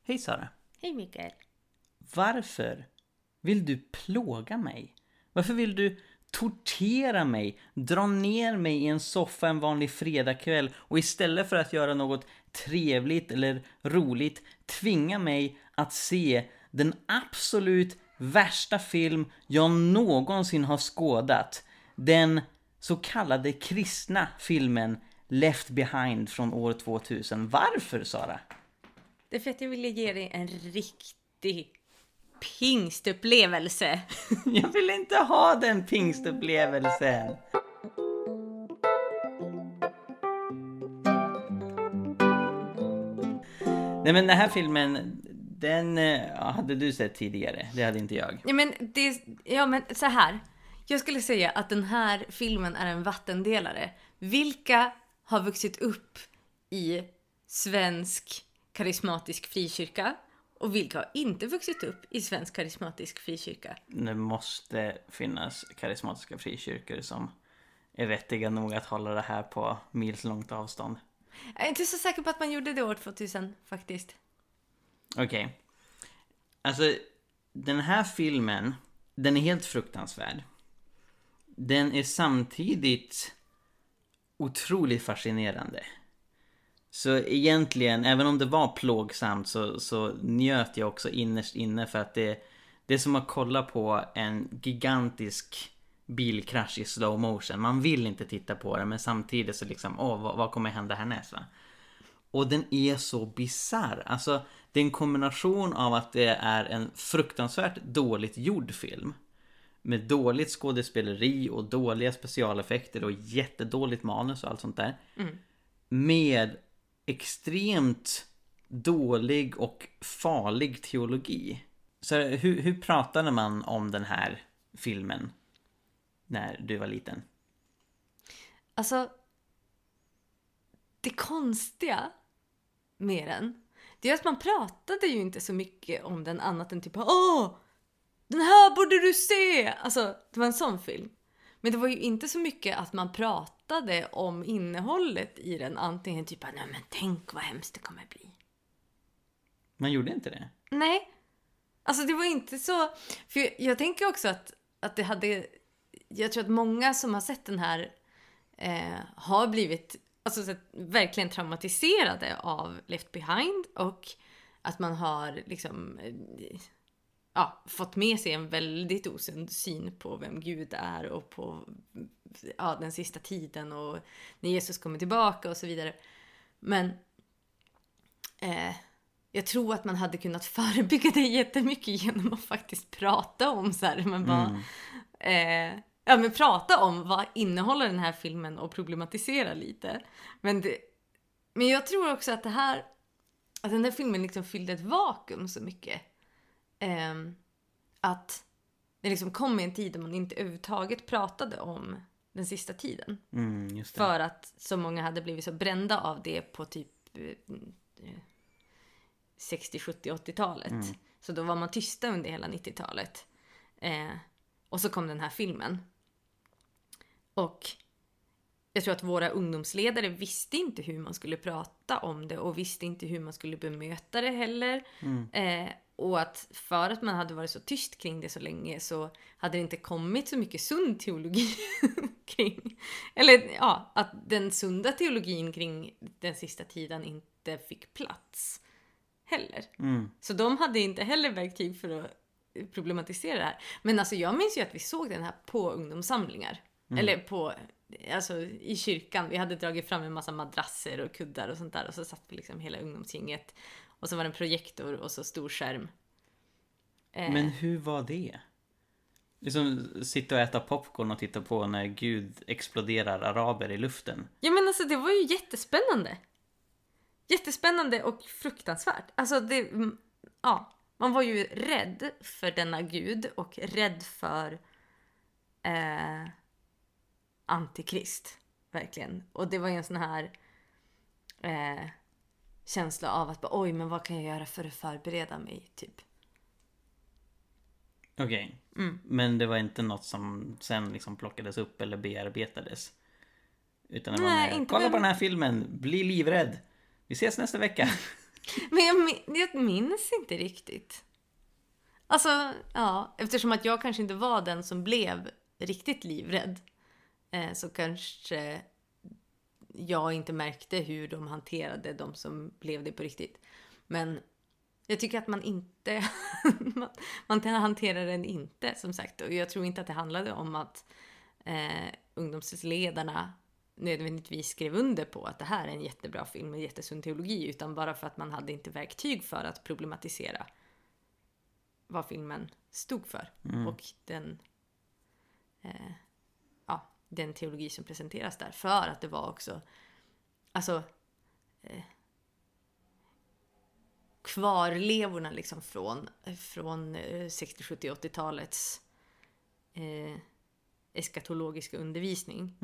Hej Sara. Hej Mikael. Varför vill du plåga mig? Varför vill du tortera mig? Dra ner mig i en soffa en vanlig fredagkväll och istället för att göra något trevligt eller roligt tvinga mig att se den absolut värsta film jag någonsin har skådat. Den så kallade kristna filmen Left Behind från år 2000. Varför, Sara? Det är för att jag ville ge dig en riktig pingstupplevelse. Jag vill inte ha den pingstupplevelsen. Nej, men den här filmen, den hade du sett tidigare. Det hade inte jag. Men så här. Jag skulle säga att den här filmen är en vattendelare. Vilka har vuxit upp i svensk karismatisk frikyrka? Och vilka har inte vuxit upp i svensk karismatisk frikyrka? Det måste finnas karismatiska frikyrkor som är vettiga nog att hålla det här på milslångt avstånd. Jag är inte så säker på att man gjorde det år 2000 faktiskt. Okej. Alltså, den här filmen, den är helt fruktansvärd. Den är samtidigt otroligt fascinerande. Så egentligen, även om det var plågsamt så njöt jag också innerst inne för att det är som att kolla på en gigantisk bilkrasch i slow motion. Man vill inte titta på det, men samtidigt så liksom, vad kommer hända härnäst, va? Och den är så bizarr. Alltså, det är en kombination av att det är en fruktansvärt dåligt gjord film med dåligt skådespeleri och dåliga specialeffekter och jättedåligt manus och allt sånt där. Med extremt dålig och farlig teologi. Så hur pratade man om den här filmen när du var liten? Alltså, det konstiga med den, det är att man pratade ju inte så mycket om den annat än typ den här borde du se! Alltså, det var en sån film. Men det var ju inte så mycket att man pratade om innehållet i den. Antingen typ, nej men tänk vad hemskt det kommer bli. Man gjorde inte det? Nej. Alltså det var inte så. För jag tänker också att det hade. Jag tror att många som har sett den här har blivit alltså, verkligen traumatiserade av Left Behind. Och att man har liksom fått med sig en väldigt osund syn på vem Gud är och på den sista tiden och när Jesus kommer tillbaka och så vidare. Men jag tror att man hade kunnat förebygga det jättemycket genom att faktiskt prata om så här, men bara men prata om vad innehåller den här filmen och problematisera lite. Men jag tror också att att den här filmen liksom fyllde ett vakuum så mycket. Att det liksom kom i en tid där man inte överhuvudtaget pratade om den sista tiden. Just det. För att så många hade blivit så brända av det på typ 60, 70, 80-talet. Så då var man tysta under hela 90-talet. Och så kom den här filmen. Och jag tror att våra ungdomsledare visste inte hur man skulle prata om det och visste inte hur man skulle bemöta det heller. Och att för att man hade varit så tyst kring det så länge så hade det inte kommit så mycket sund teologi kring. Eller att den sunda teologin kring den sista tiden inte fick plats heller. Så de hade inte heller verktyg för att problematisera det här. Men alltså jag minns ju att vi såg den här på ungdomssamlingar. Eller alltså i kyrkan. Vi hade dragit fram en massa madrasser och kuddar och sånt där. Och så satt vi liksom hela ungdomsgänget. Och så var det en projektor och så stor skärm. Men hur var det? Liksom sitta och äta popcorn och titta på när Gud exploderar araber i luften. Ja men alltså det var ju jättespännande. Jättespännande och fruktansvärt. Alltså man var ju rädd för denna Gud och rädd för antikrist. Verkligen. Och det var ju en sån här känsla av att oj, men vad kan jag göra för att förbereda mig typ. Okej. Men det var inte något som sen liksom plockades upp eller bearbetades. Utan det var mer, kolla på den här filmen, bli livrädd. Vi ses nästa vecka. Men jag minns inte riktigt. Alltså, ja, eftersom att jag kanske inte var den som blev riktigt livrädd, så kanske jag inte märkte hur de hanterade de som blev det på riktigt. Men jag tycker att man inte man hanterar den inte, som sagt. Och jag tror inte att det handlade om att ungdomsledarna nödvändigtvis skrev under på att det här är en jättebra film med jättesund teologi, utan bara för att man hade inte verktyg för att problematisera vad filmen stod för och den teologi som presenteras där, för att det var också kvarlevorna liksom från 60, 70, 80-talets eskatologiska undervisning.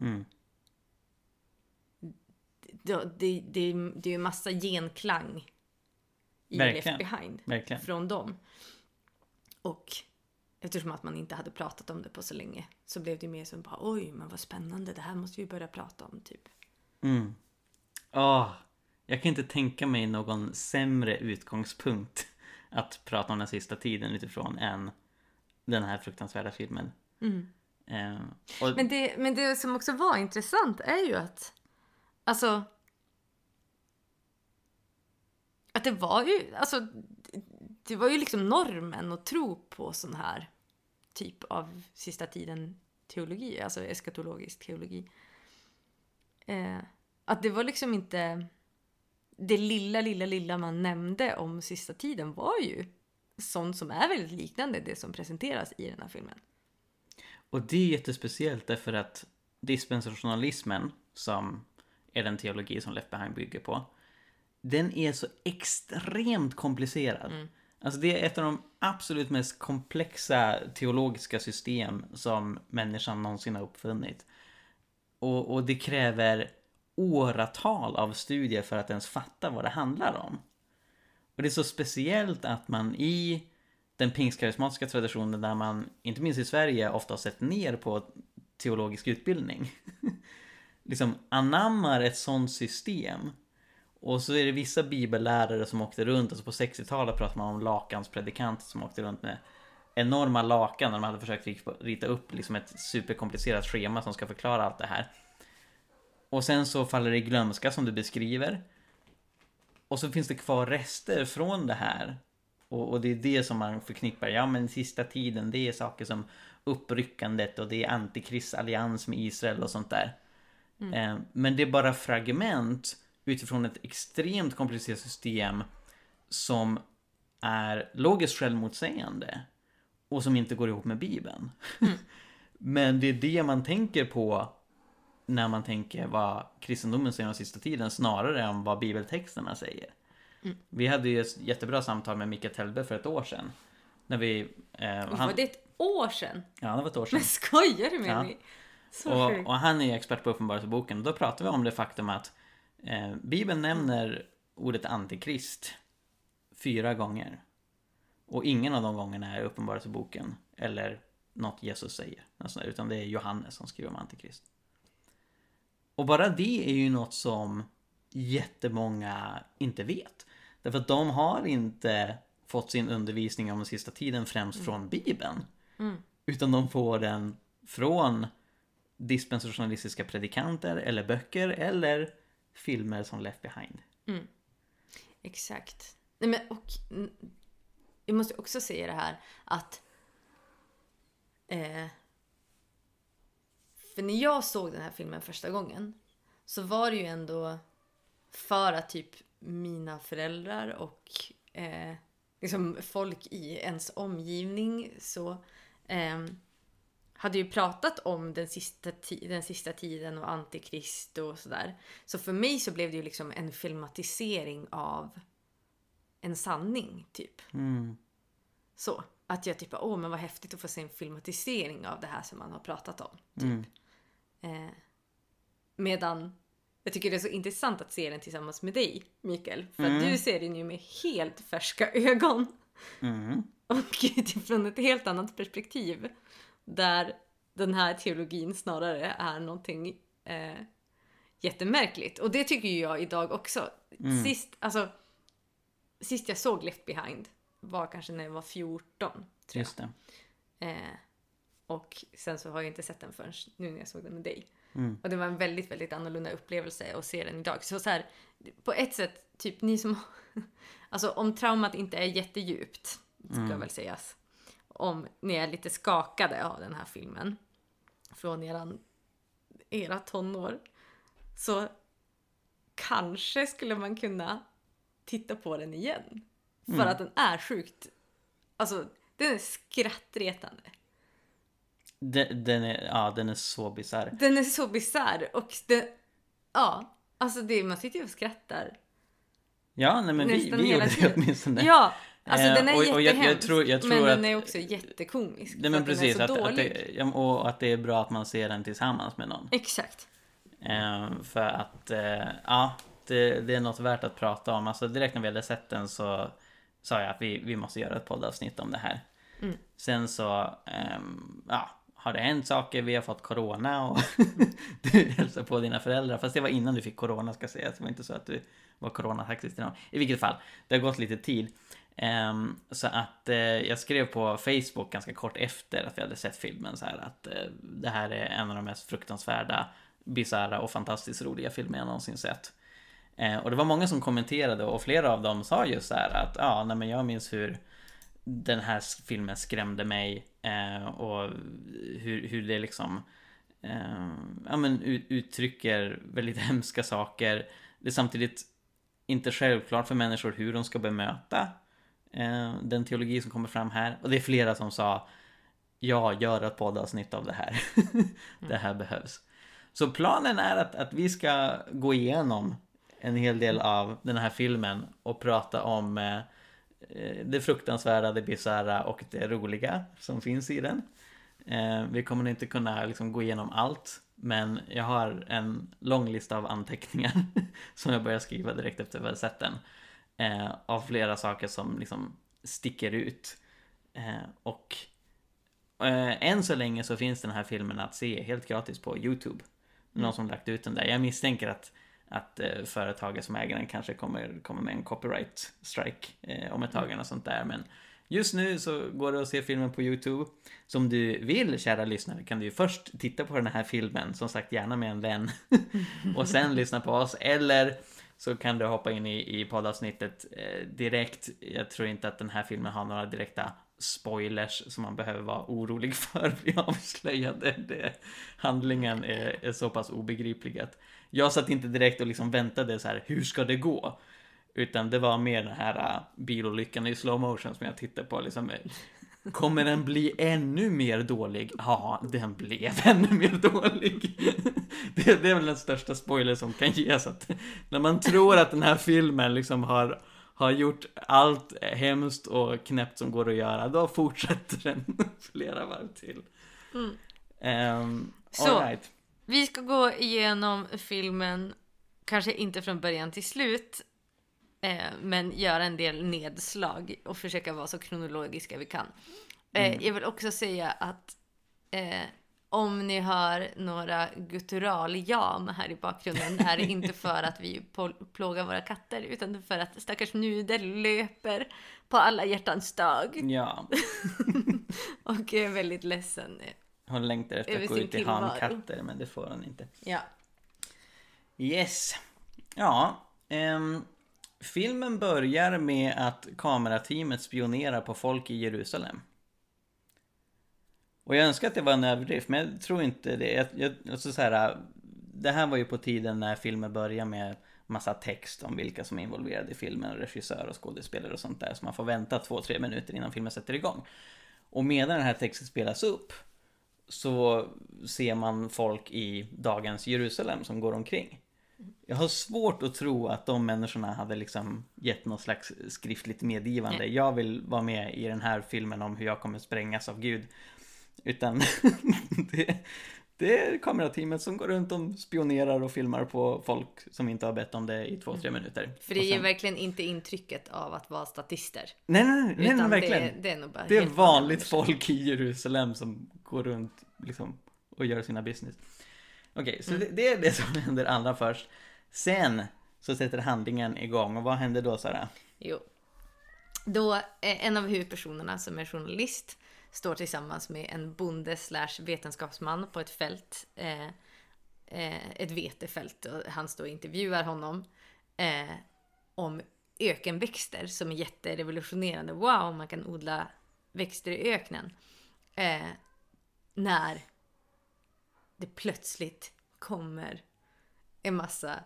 Det är ju massa genklang i Verkligen. Left Behind. Verkligen. Från dem. Och eftersom att man inte hade pratat om det på så länge, så blev det mer som bara, oj, men vad spännande, det här måste vi börja prata om, typ. Jag kan inte tänka mig någon sämre utgångspunkt att prata om den sista tiden utifrån än den här fruktansvärda filmen. Men det som också var intressant är ju att det var ju liksom normen att tro på sån här typ av sista tiden teologi, alltså eskatologisk teologi. Att det var liksom inte det lilla man nämnde om sista tiden var ju sånt som är väldigt liknande det som presenteras i den här filmen. Och det är jättespeciellt därför att dispensationalismen, som är den teologi som Left Behind bygger på, den är så extremt komplicerad. Alltså det är ett av de absolut mest komplexa teologiska system som människan någonsin har uppfunnit. Och det kräver åratal av studier för att ens fatta vad det handlar om. Och det är så speciellt att man i den pingstkarismatiska traditionen, där man, inte minst i Sverige, ofta har sett ner på teologisk utbildning, liksom anammar ett sånt system. Och så är det vissa bibellärare som åkte runt, alltså på 60-talet pratade man om lakanspredikanter som åkte runt med enorma lakan när de hade försökt rita upp liksom ett superkomplicerat schema som ska förklara allt det här. Och sen så faller det i glömska, som du beskriver. Och så finns det kvar rester från det här. Och det är det som man förknippar. Ja, men sista tiden, det är saker som uppryckandet och det är antikristallians med Israel och sånt där. Men det är bara fragment utifrån ett extremt komplicerat system som är logiskt självmotsägande och som inte går ihop med Bibeln. Men det är det man tänker på när man tänker vad kristendomen säger om sista tiden, snarare än vad bibeltexterna säger. Vi hade ju ett jättebra samtal med Mika Tellberg för ett år sedan. När vi, var det ett år sedan? Ja, det var ett år sedan. Men skojar du med mig? Och han är expert på Uppenbarelseboken. Då pratar vi om det faktum att Bibeln nämner ordet antikrist 4 gånger. Och ingen av de gångerna är Uppenbarelseboken eller något Jesus säger. Utan det är Johannes som skriver om antikrist. Och bara det är ju något som jättemånga inte vet. Därför att de har inte fått sin undervisning om den sista tiden främst från Bibeln. Utan de får den från dispensationalistiska predikanter eller böcker eller filmer som Left Behind. Exakt. Nej, men, och jag måste också säga det här att för när jag såg den här filmen första gången så var det ju ändå för att typ mina föräldrar och liksom folk i ens omgivning så hade ju pratat om den sista tiden och antikrist och sådär. Så för mig så blev det ju liksom en filmatisering av en sanning typ. Så att jag typ, men vad häftigt att få se en filmatisering av det här som man har pratat om typ. Medan jag tycker det är så intressant att se den tillsammans med dig, Mikael. För att du ser den ju med helt färska ögon. Och från ett helt annat perspektiv. Där den här teologin snarare är någonting jättemärkligt. Och det tycker ju jag idag också. Sist, alltså sist jag såg Left Behind var kanske när jag var 14, tror jag. Just det. Och sen så har jag inte sett den förrän nu när jag såg den med dig. Mm. Och det var en väldigt, väldigt annorlunda upplevelse att se den idag. Så här, på ett sätt, typ ni som... Alltså om traumat inte är jättedjupt, ska väl sägas. Om ni är lite skakade av den här filmen från era tonår, så kanske skulle man kunna titta på den igen. För att den är sjukt... Alltså, den är skrattretande. Den är så bisarr. Den är så bisarr och alltså man sitter ju och skrattar. Ja, nej, men vi gjorde det åtminstone. Ja, alltså den är jättehemsk, jag tror men den är också jättekomisk. Nej, men precis, den är så dålig. Att det är bra att man ser den tillsammans med någon. Exakt. För att det är något värt att prata om. Alltså direkt när vi hade sett den så sa jag att vi måste göra ett poddavsnitt om det här. Sen så har det hänt saker, vi har fått corona och du hälsar på dina föräldrar, fast det var innan du fick corona, ska säga. Det var inte så att du var coronataktisk till någon. I vilket fall, det har gått lite tid. Så att jag skrev på Facebook ganska kort efter att vi hade sett filmen så här att det här är en av de mest fruktansvärda, bisarra och fantastiskt roliga filmer jag någonsin sett. Och det var många som kommenterade, och flera av dem sa just så här att nej, men jag minns hur den här filmen skrämde mig och hur det liksom uttrycker väldigt hemska saker. Det är samtidigt inte självklart för människor hur de ska bemöta den teologi som kommer fram här. Och det är flera som sa, gör ett poddavsnitt av det här. Det här behövs. Så planen är att vi ska gå igenom en hel del av den här filmen och prata om det fruktansvärda, det bisarra och det roliga som finns i den. Vi kommer inte kunna liksom gå igenom allt, men jag har en lång lista av anteckningar som jag börjar skriva direkt efter att jag har sett den. Av flera saker som liksom sticker ut. Och än så länge så finns den här filmen att se helt gratis på YouTube. Någon som lagt ut den där. Jag misstänker att företaget som äger den kanske kommer med en copyright strike om ett tag och sånt där. Men just nu så går det att se filmen på YouTube. Som du vill, kära lyssnare, kan du ju först titta på den här filmen, som sagt gärna med en vän, och sen lyssna på oss. Eller så kan du hoppa in i poddavsnittet direkt. Jag tror inte att den här filmen har några direkta spoilers som man behöver vara orolig för. Vi avslöjade handlingen är så pass obegriplig att jag satt inte direkt och liksom väntade så här, hur ska det gå? Utan det var mer den här bilolyckan i slow motion som jag tittade på liksom, kommer den bli ännu mer dålig? Ja, den blev ännu mer dålig. Det är väl den största spoiler som kan ges, att när man tror att den här filmen liksom har gjort allt hemskt och knäppt som går att göra, då fortsätter den flera varv till. Så, right. Vi ska gå igenom filmen, kanske inte från början till slut, men göra en del nedslag och försöka vara så kronologiska vi kan. Jag vill också säga att om ni hör några gutturalljam här i bakgrunden är det inte för att vi plågar våra katter, utan för att stackars Nudel löper på alla hjärtans dag. Ja. Och är väldigt ledsen. Hon längtar efter att gå ut i hankatter, men det får hon inte. Ja. Yes. Ja. Filmen börjar med att kamerateamet spionerar på folk i Jerusalem. Och jag önskar att det var en överdrift, men jag tror inte det. Alltså så här, det här var ju på tiden när filmen började med massa text om vilka som är involverade i filmen, regissör och skådespelare och sånt där. Så man får vänta 2-3 minuter innan filmen sätter igång. Och medan den här texten spelas upp så ser man folk i dagens Jerusalem som går omkring. Jag har svårt att tro att de människorna hade liksom gett något slags skriftligt medgivande. Nej. Jag vill vara med i den här filmen om hur jag kommer sprängas av Gud. Utan det är kamerateamet som går runt och spionerar och filmar på folk som inte har bett om det i 2-3 minuter. För det är verkligen inte intrycket av att vara statister. Nej, verkligen. Det är nog bara det är vanligt folk i Jerusalem som går runt liksom och gör sina business. Okej, så det är det som händer allra först. Sen så sätter handlingen igång. Och vad händer då, Sara? Jo, Då en av huvudpersonerna som är journalist står tillsammans med en bonde / vetenskapsman på ett fält. Ett vetefält. Och han står och intervjuar honom om ökenväxter som är jätterevolutionerande. Wow, man kan odla växter i öknen. När det plötsligt kommer en massa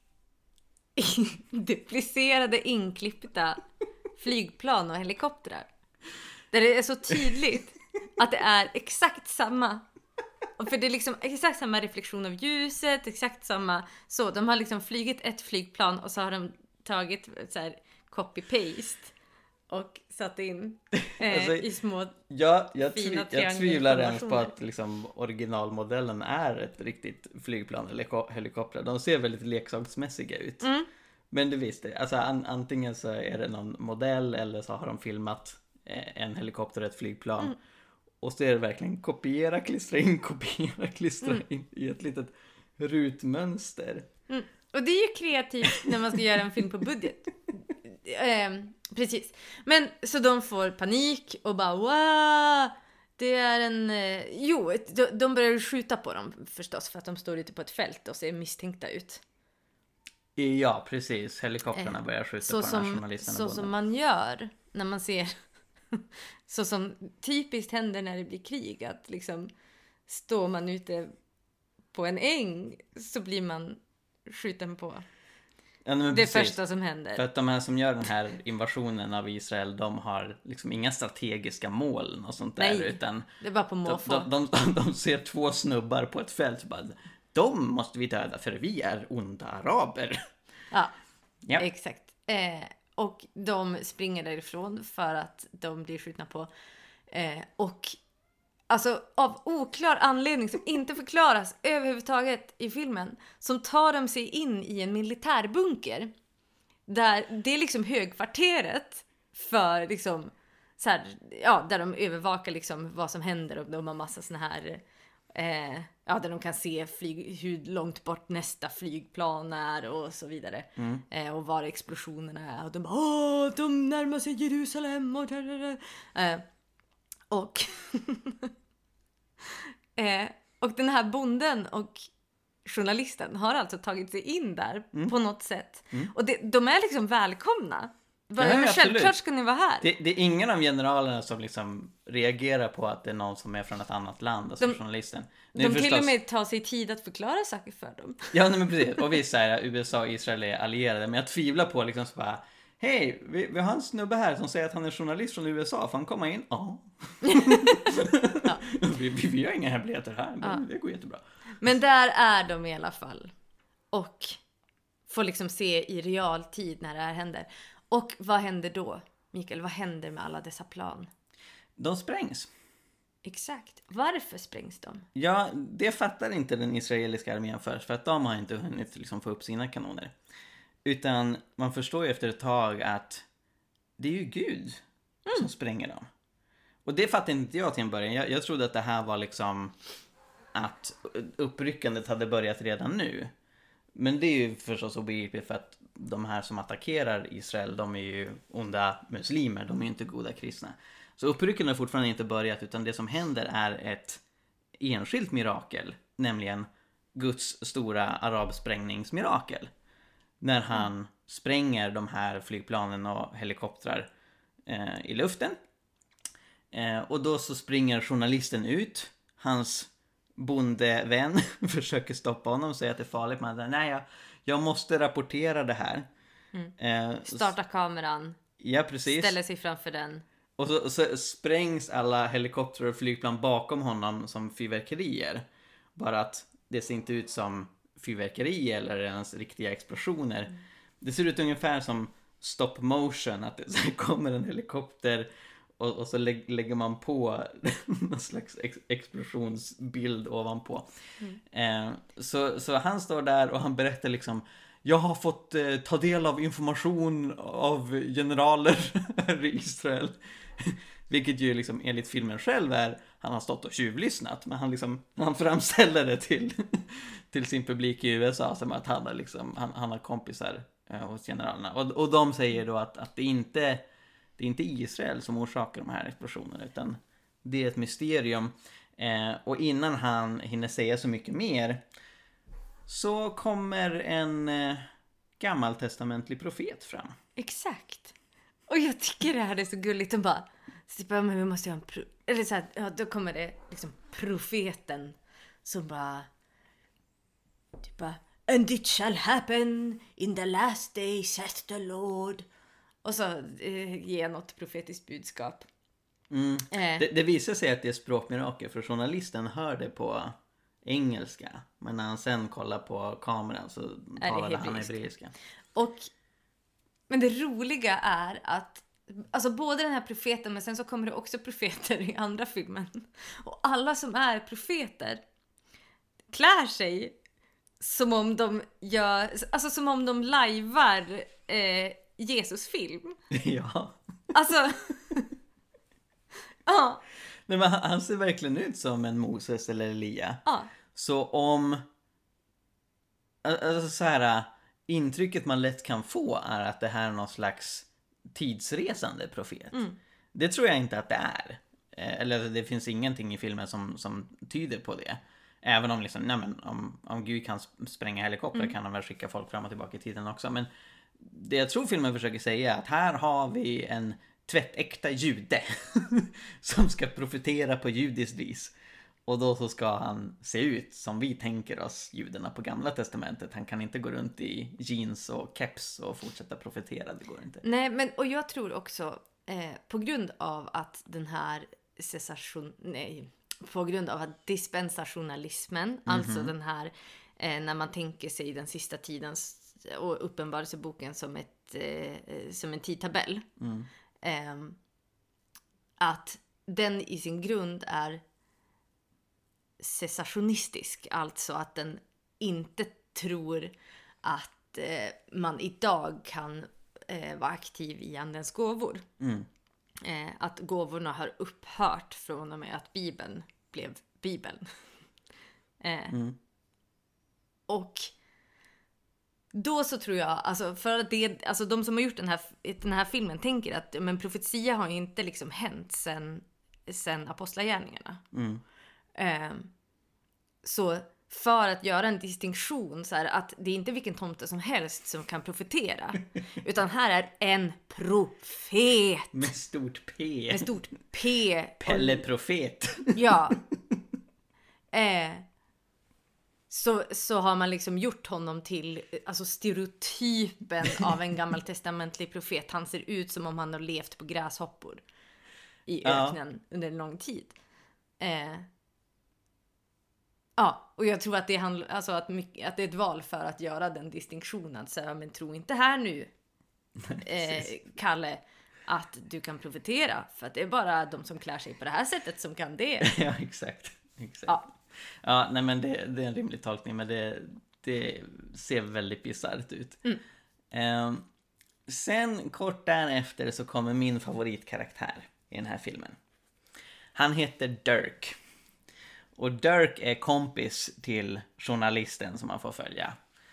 duplicerade, inklippta flygplan och helikoptrar. Där det är så tydligt att det är exakt samma. Och för det är liksom exakt samma reflektion av ljuset, exakt samma så. De har liksom flygit ett flygplan och så har de tagit så här copy-paste och satt in i små jag tvivlar ens på att liksom, originalmodellen är ett riktigt flygplan eller helikopter. De ser väldigt leksaksmässiga ut. Men det visste, alltså antingen så är det någon modell eller så har de filmat en helikopter och ett flygplan. Och så är det verkligen kopiera, klistra in i ett litet rutmönster. Och det är ju kreativt när man ska göra en film på budget. Precis. Men så de får panik och bara wow, det är en... de börjar skjuta på dem förstås för att de står ute på ett fält och ser misstänkta ut. Ja, precis. Helikopterna börjar skjuta på den här journalisten. Så som man gör när man ser... så som typiskt händer när det blir krig. Att liksom står man ute på en äng så blir man skjuten på. Ja, det precis. Första som händer. För att de här som gör den här invasionen av Israel, de har liksom inga strategiska mål och sånt där. Nej, utan det är bara på måfå. De ser två snubbar på ett fält och bara, de måste vi döda för vi är onda araber. Ja. Exakt. Och de springer därifrån för att de blir skjutna på. Och alltså av oklar anledning som inte förklaras överhuvudtaget i filmen, som tar de sig in i en militärbunker där det är liksom högkvarteret för liksom så här, där de övervakar liksom vad som händer, och de har massa såna här där de kan se hur långt bort nästa flygplan är och så vidare. Och var explosionerna är, och de bara, de närmar sig Jerusalem och och den här bonden och journalisten har alltså tagit sig in där på något sätt. Och de är liksom välkomna. Självklart ska ni vara här. Det är ingen av generalerna som liksom reagerar på att det är någon som är från ett annat land, alltså journalisten. De till och med tar sig tid att förklara saker för dem. Ja, men precis. Och vi säger att USA och Israel är allierade. Men jag tvivlar på liksom så bara, hej, vi har en snubbe här som säger att han är journalist från USA. Får han komma in? Ja. Vi har inga hemligheter här. Det går jättebra. Men där är de i alla fall. Och får liksom se i realtid när det här händer. Och vad händer då, Mikael? Vad händer med alla dessa plan? De sprängs. Exakt. Varför sprängs de? Ja, det fattar inte den israeliska armén först. För att de har inte hunnit liksom få upp sina kanoner. Utan man förstår ju efter ett tag att det är ju Gud som spränger dem. Och det fattade inte jag till en början. Jag trodde att det här var liksom att uppryckandet hade börjat redan nu. Men det är ju förstås obegripligt, för att de här som attackerar Israel, de är ju onda muslimer, de är ju inte goda kristna. Så uppryckandet har fortfarande inte börjat, utan det som händer är ett enskilt mirakel, nämligen Guds stora arabsprängningsmirakel. När han spränger de här flygplanen och helikoptrar i luften. Och då så springer journalisten ut, hans bondevän försöker stoppa honom och säger att det är farligt, men nej, jag måste rapportera det här. Starta kameran. Ja, precis. Ställer sig framför den. Och så sprängs alla helikoptrar och flygplan bakom honom som fyrverkerier. Bara att det ser inte ut som fyrverkeri eller ens riktiga explosioner. Det ser ut ungefär som stop motion, att det kommer en helikopter och så lägger man på någon slags explosionsbild ovanpå. Så han står där och han berättar liksom, jag har fått ta del av information av generaler här i Israel. Vilket ju liksom enligt filmen själv är, han har stått och tjuvlyssnat, men han framställer det till sin publik i USA som att han har kompisar hos generalerna. Och de säger då att det inte det är inte Israel som orsakar de här explosionerna, utan det är ett mysterium. Och innan han hinner säga så mycket mer så kommer en gammaltestamentlig profet fram. Exakt. Och jag tycker det här är så gulligt. De bara, men vi måste göra eller så här, ja, då kommer det liksom profeten som bara typ bara, and it shall happen in the last day saith the Lord. Och så ger något profetiskt budskap. Det visar sig att det är språkmirakel, för journalisten hör det på engelska, men när han sen kollar på kameran så talade han hebreiska. Men det roliga är att alltså både den här profeten, men sen så kommer det också profeter i andra filmen. Och alla som är profeter klär sig som om de gör, alltså som om de lajvar Jesus-film. Ja. Alltså ja. Nej, men han ser verkligen ut som en Moses eller Elia. Ja. Så om alltså så här, intrycket man lätt kan få är att det här är någon slags tidsresande profet. Det tror jag inte att det är. Eller det finns ingenting i filmen som tyder på det. Även om liksom, nej men, om Gud kan spränga helikopter kan han väl skicka folk fram och tillbaka i tiden också. Men det jag tror filmen försöker säga är att här har vi en tvättäkta jude som ska profetera på judiskt vis. Och då så ska han se ut som vi tänker oss judarna på Gamla testamentet. Han kan inte gå runt i jeans och keps och fortsätta profetera, det går inte. Nej, men och jag tror också på grund av att den här på grund av att dispensationalismen, alltså den här när man tänker sig den sista tidens och uppenbarelseboken som som en tidtabell. Att den i sin grund är cessationistisk, alltså att den inte tror att man idag kan vara aktiv i andens gåvor. Att gåvorna har upphört från och med att Bibeln blev Bibeln. Och då så tror jag, alltså för att alltså de som har gjort den här filmen tänker att men profetia har inte liksom hänt sen apostlagärningarna. Så för att göra en distinktion så här, att det är inte vilken tomte som helst som kan profetera, utan här är en profet med stort P. Med stort P. Pelle profet. Ja. Så har man liksom gjort honom till alltså stereotypen av en gammaltestamentlig profet. Han ser ut som om han har levt på gräshoppor i öknen under en lång tid. Ja, och jag tror att det handlar, alltså att det är ett val för att göra den distinktionen. Så men tro inte här nu, Kalle, att du kan profetera. För att det är bara de som klär sig på det här sättet som kan det. Ja, exakt. Ja, nej men det är en rimlig tolkning, men det ser väldigt bisarrt ut. Sen kort därefter så kommer min favoritkaraktär i den här filmen. Han heter Dirk. Och Dirk är kompis till journalisten som man får följa.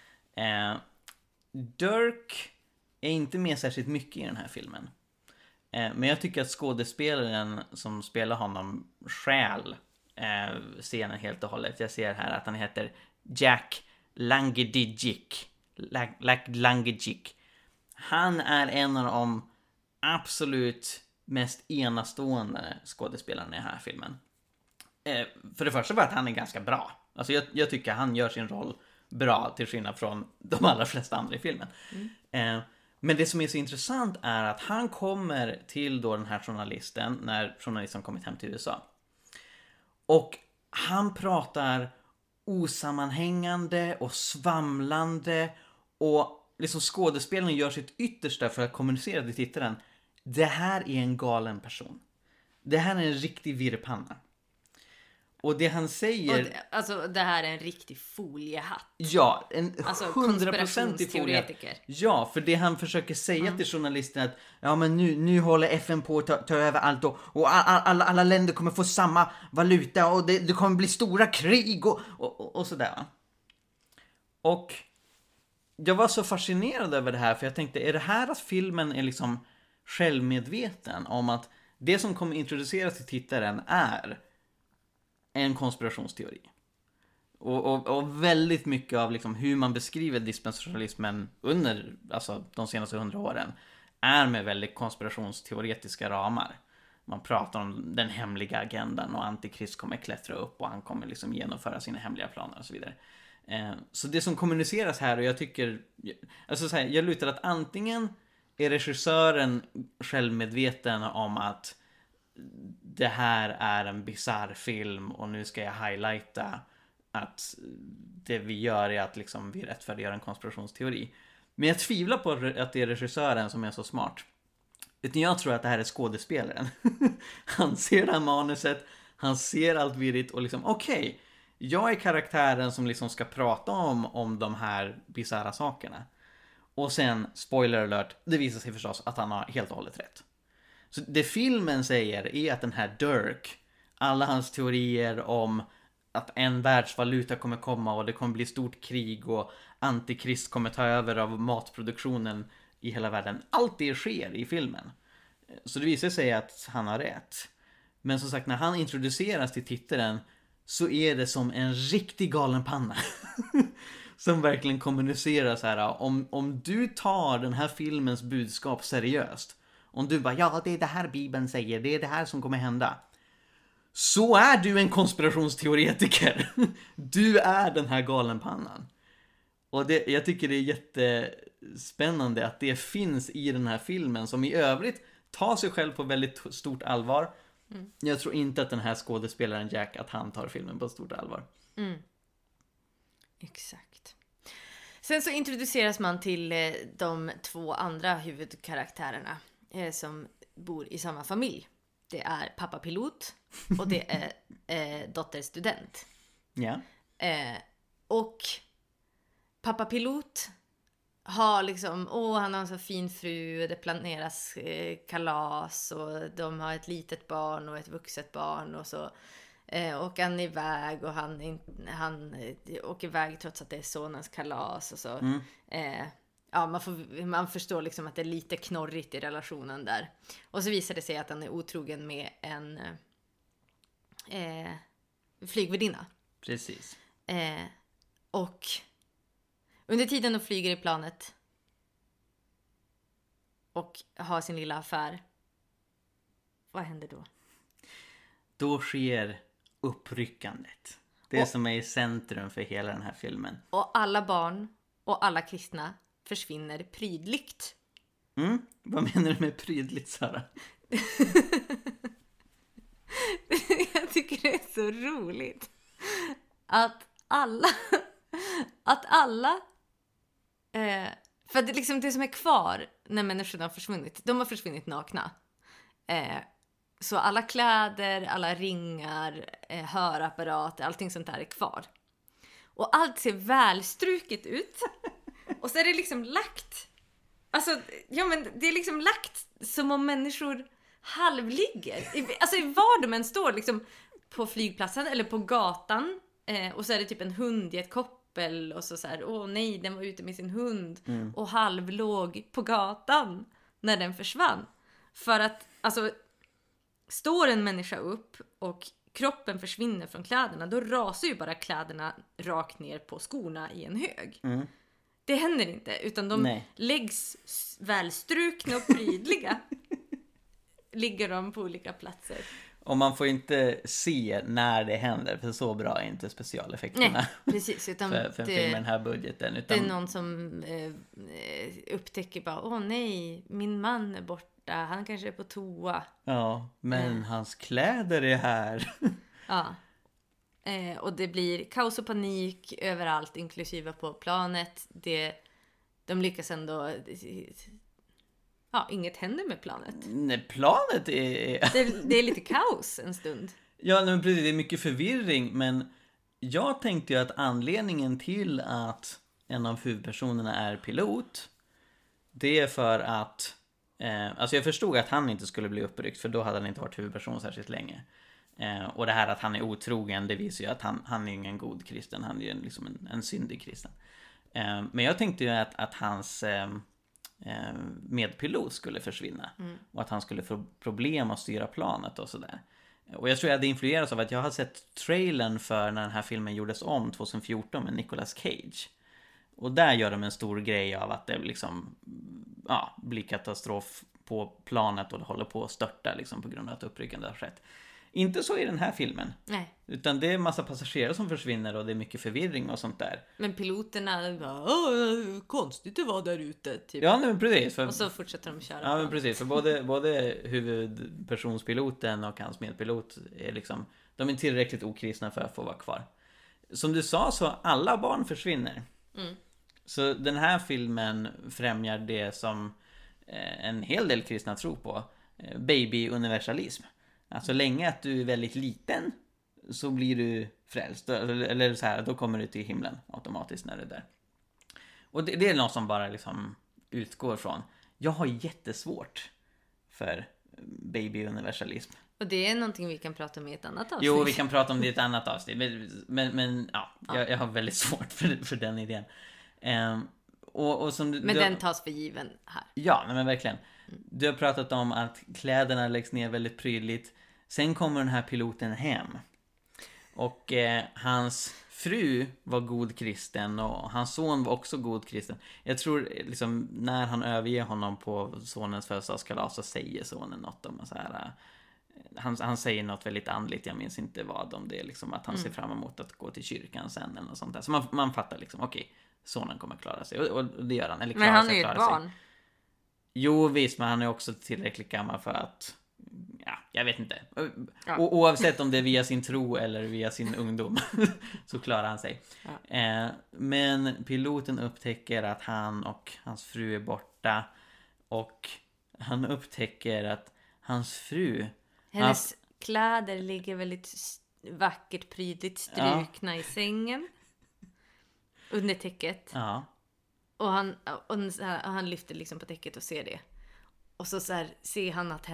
Dirk är inte med särskilt mycket i den här filmen. Men jag tycker att skådespelaren som spelar honom stjäl scenen helt och hållet. Jag ser här att han heter Jack Langedijk. Langedijk. Han är en av de absolut mest enastående skådespelarna i den här filmen. För det första var att han är ganska bra. Alltså jag tycker han gör sin roll bra till skillnad från de allra flesta andra i filmen. Men det som är så intressant är att han kommer till då den här journalisten när journalisten kommit hem till USA. Och han pratar osammanhängande och svamlande och liksom skådespelaren gör sitt yttersta för att kommunicera till tittaren. Det här är en galen person. Det här är en riktig virrpanna. Och det han säger... alltså det här är en riktig foliehatt. Ja, en alltså 100% foliehatt. Ja, för det han försöker säga till journalisten att ja, men nu håller FN på att ta över allt och alla länder kommer få samma valuta och det kommer bli stora krig och sådär. Och jag var så fascinerad över det här, för jag tänkte, är det här att filmen är liksom självmedveten om att det som kommer introduceras till tittaren är en konspirationsteori. Och väldigt mycket av liksom hur man beskriver dispensationalismen under alltså, de senaste 100 åren är med väldigt konspirationsteoretiska ramar. Man pratar om den hemliga agendan och antikrist kommer klättra upp och han kommer liksom genomföra sina hemliga planer och så vidare. Så det som kommuniceras här, och jag tycker alltså så här, jag lutar att antingen är regissören självmedveten om att det här är en bizarr film och nu ska jag highlighta att det vi gör är att liksom vi rättfärdiggör en konspirationsteori. Men jag tvivlar på att det är regissören som är så smart. Utan jag tror att det här är skådespelaren. Han ser det här manuset, han ser allt virrigt och liksom okej, jag är karaktären som liksom ska prata om de här bizarra sakerna. Och sen, spoiler alert, det visar sig förstås att han har helt och hållet rätt. Så det filmen säger är att den här Dirk, alla hans teorier om att en världsvaluta kommer komma och det kommer bli stort krig och antikrist kommer ta över av matproduktionen i hela världen. Allt det sker i filmen. Så det visar sig att han har rätt. Men som sagt, när han introduceras till tittaren så är det som en riktig galenpanna. Som verkligen kommunicerar så här. Om du tar den här filmens budskap seriöst. Om du bara, ja det är det här Bibeln säger, det är det här som kommer hända. Så är du en konspirationsteoretiker. Du är den här galenpannan. Och jag tycker det är jättespännande att det finns i den här filmen som i övrigt tar sig själv på väldigt stort allvar. Jag tror inte att den här skådespelaren Jack, att han tar filmen på stort allvar. Exakt. Sen så introduceras man till de två andra huvudkaraktärerna som bor i samma familj. Det är pappa pilot och det är dotter student. Ja. Och pappa pilot har liksom, han har en så fin fru, det planeras kalas och de har ett litet barn och ett vuxet barn och så åker han iväg och han åker iväg trots att det är sonens kalas och så. Man förstår liksom att det är lite knorrigt i relationen där. Och så visar det sig att han är otrogen med en flygvärdinna. Precis. Och under tiden de flyger i planet och har sin lilla affär, vad händer då? Då sker uppryckandet. Det som är i centrum för hela den här filmen. Och alla barn och alla kristna försvinner prydligt. Vad menar du med prydligt, Sara? Jag tycker det är så roligt att alla för att liksom det som är kvar när människorna har försvunnit, de har försvunnit nakna. Så alla kläder, alla ringar, hörapparater, allting sånt där är kvar. Och allt ser välstruket ut. Och så är det liksom lagt. Alltså, men det är liksom lagt som om människor halvligger. Alltså var de än står liksom på flygplatsen eller på gatan. Och så är det typ en hund i ett koppel. Och så här, nej, den var ute med sin hund. Och halvlåg på gatan när den försvann. För att, alltså, står en människa upp och kroppen försvinner från kläderna, då rasar ju bara kläderna rakt ner på skorna i en hög. Det händer inte, utan de läggs välstrukna och prydliga. Ligger de på olika platser. Och man får inte se när det händer, för så bra är inte specialeffekterna. Nej, precis. Utan för film med den här budgeten. Det är någon som upptäcker bara, nej, min man är borta, han kanske är på toa. Ja, men hans kläder är här. Ja. Och det blir kaos och panik överallt, inklusive på planet. De lyckas ändå... inget händer med planet. Nej, planet är... det är lite kaos en stund. Ja, men precis, det är mycket förvirring. Men jag tänkte ju att anledningen till att en av huvudpersonerna är pilot, det är för att... alltså jag förstod att han inte skulle bli uppryckt, för då hade han inte varit huvudperson särskilt länge. Och det här att han är otrogen, det visar ju att han är ingen god kristen. Han är ju liksom en syndig kristen. Men jag tänkte ju att hans medpilot skulle försvinna. Och att han skulle få problem att styra planet och sådär. Och jag tror jag hade influerats av att jag har sett trailern för när den här filmen gjordes om 2014 med Nicolas Cage. Och där gör de en stor grej av att det liksom blir katastrof på planet och det håller på att störta liksom, på grund av att uppryckande har skett. Inte så i den här filmen. Nej. Utan det är en massa passagerare som försvinner och det är mycket förvirring och sånt där. Men piloterna bara, konstigt det var där ute. Typ. Ja, men precis. Och så fortsätter de köra. Ja, men precis. För både huvudpersonspiloten och hans medpilot är liksom, de är tillräckligt okristna för att få vara kvar. Som du sa så alla barn försvinner. Så den här filmen främjar det som en hel del kristna tror på. Baby-universalism. Alltså länge att du är väldigt liten så blir du frälst. Eller så här, då kommer du till himlen automatiskt när du är där. Och det är något som bara liksom utgår från. Jag har jättesvårt för baby-universalism. Och det är någonting vi kan prata om i ett annat avsnitt. Jo, vi kan prata om det i ett annat avsnitt. Men jag har väldigt svårt för den idén. Och som men den tas för given här. Ja, men verkligen. Du har pratat om att kläderna läggs ner väldigt prydligt. Sen kommer den här piloten hem. Och hans fru var god kristen och hans son var också god kristen. Jag tror liksom när han överger honom på sonens födelsedagskalas så säger sonen något om så här. Han säger något väldigt andligt, jag minns inte vad, om det är liksom att han ser fram emot att gå till kyrkan sen eller något sånt där. Så man fattar liksom, okej, sonen kommer klara sig och det gör han. Eller men han är ju ett barn. Jo visst, men han är också tillräckligt gammal för att jag vet inte. Och oavsett om det är via sin tro eller via sin ungdom så klarar han sig. Men piloten upptäcker att han och hans fru är borta. Och han upptäcker att hans fru... Hennes kläder ligger väldigt vackert prydligt strukna i sängen. Under täcket. Ja. Och han lyfter liksom på täcket och ser det. Och så här ser han att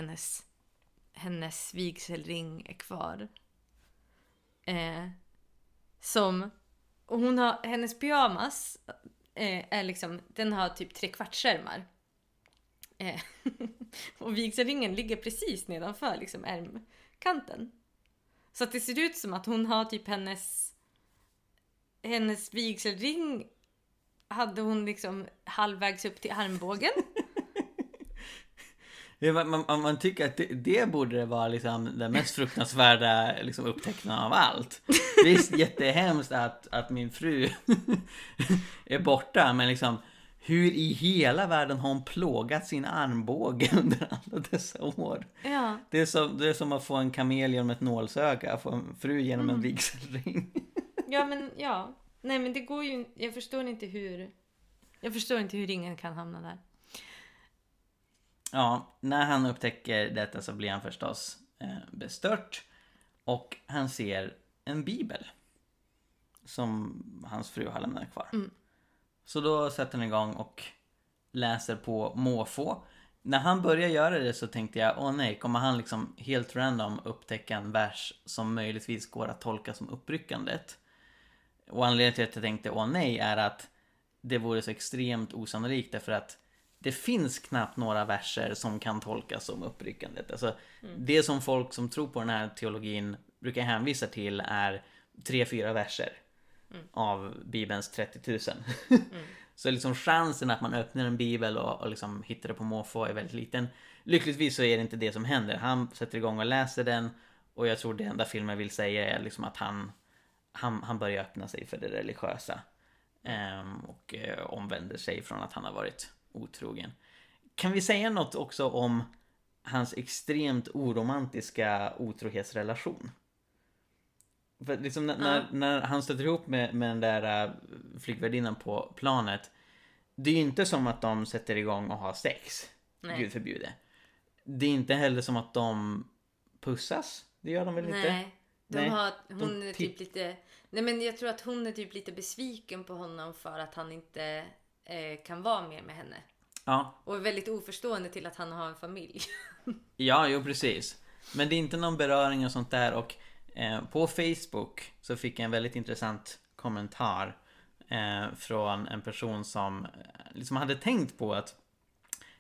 hennes vigselring är kvar. Och hon har, hennes pyjamas är liksom, den har typ 3/4-ärmar. Och vigselringen ligger precis nedanför liksom ärmkanten. Så att det ser ut som att hon har typ hennes vigselring hade hon liksom halvvägs upp till armbågen. Man tycker att det borde vara liksom den mest fruktansvärda liksom upptäckningen av allt. Visst, jättehemskt att min fru är borta, men liksom hur i hela världen har hon plågat sin armbåge under alla dessa år? Ja. Det är som att få en kamel genom ett nålsöga, få en fru genom en vigselring. Nej, men det går ju, jag förstår inte hur ringen kan hamna där. Ja, när han upptäcker detta så blir han förstås bestört. Och han ser en bibel som hans fru har lämnat kvar. Så då sätter han igång och läser på måfå. När han börjar göra det så tänkte jag, kommer han liksom helt random upptäcka en vers som möjligtvis går att tolka som uppryckandet? Och anledningen till att jag tänkte är att det vore så extremt osannolikt, därför att det finns knappt några verser som kan tolkas som uppryckandet. Alltså, det som folk som tror på den här teologin brukar hänvisa till är 3-4 verser av Bibelns 30 000. Så liksom chansen att man öppnar en bibel och liksom hittar det på måfå är väldigt liten. Lyckligtvis så är det inte det som händer. Han sätter igång och läser den, och jag tror det enda filmen vill säga är liksom att han börjar öppna sig för det religiösa och omvänder sig från att han har varit otrogen. Kan vi säga något också om hans extremt oromantiska otrohetsrelation? För liksom när han stöter ihop med den där flickvärdinnan på planet, det är ju inte som att de sätter igång och har sex. Nej. Gud förbjude. Det är inte heller som att de pussas. Det gör de väl inte? Hon är typ lite... Nej, men jag tror att hon är typ lite besviken på honom för att han inte kan vara mer med henne. Ja. Och är väldigt oförstående till att han har en familj. Ja, jo precis. Men det är inte någon beröring och sånt där. Och på Facebook så fick jag en väldigt intressant kommentar från en person som liksom hade tänkt på att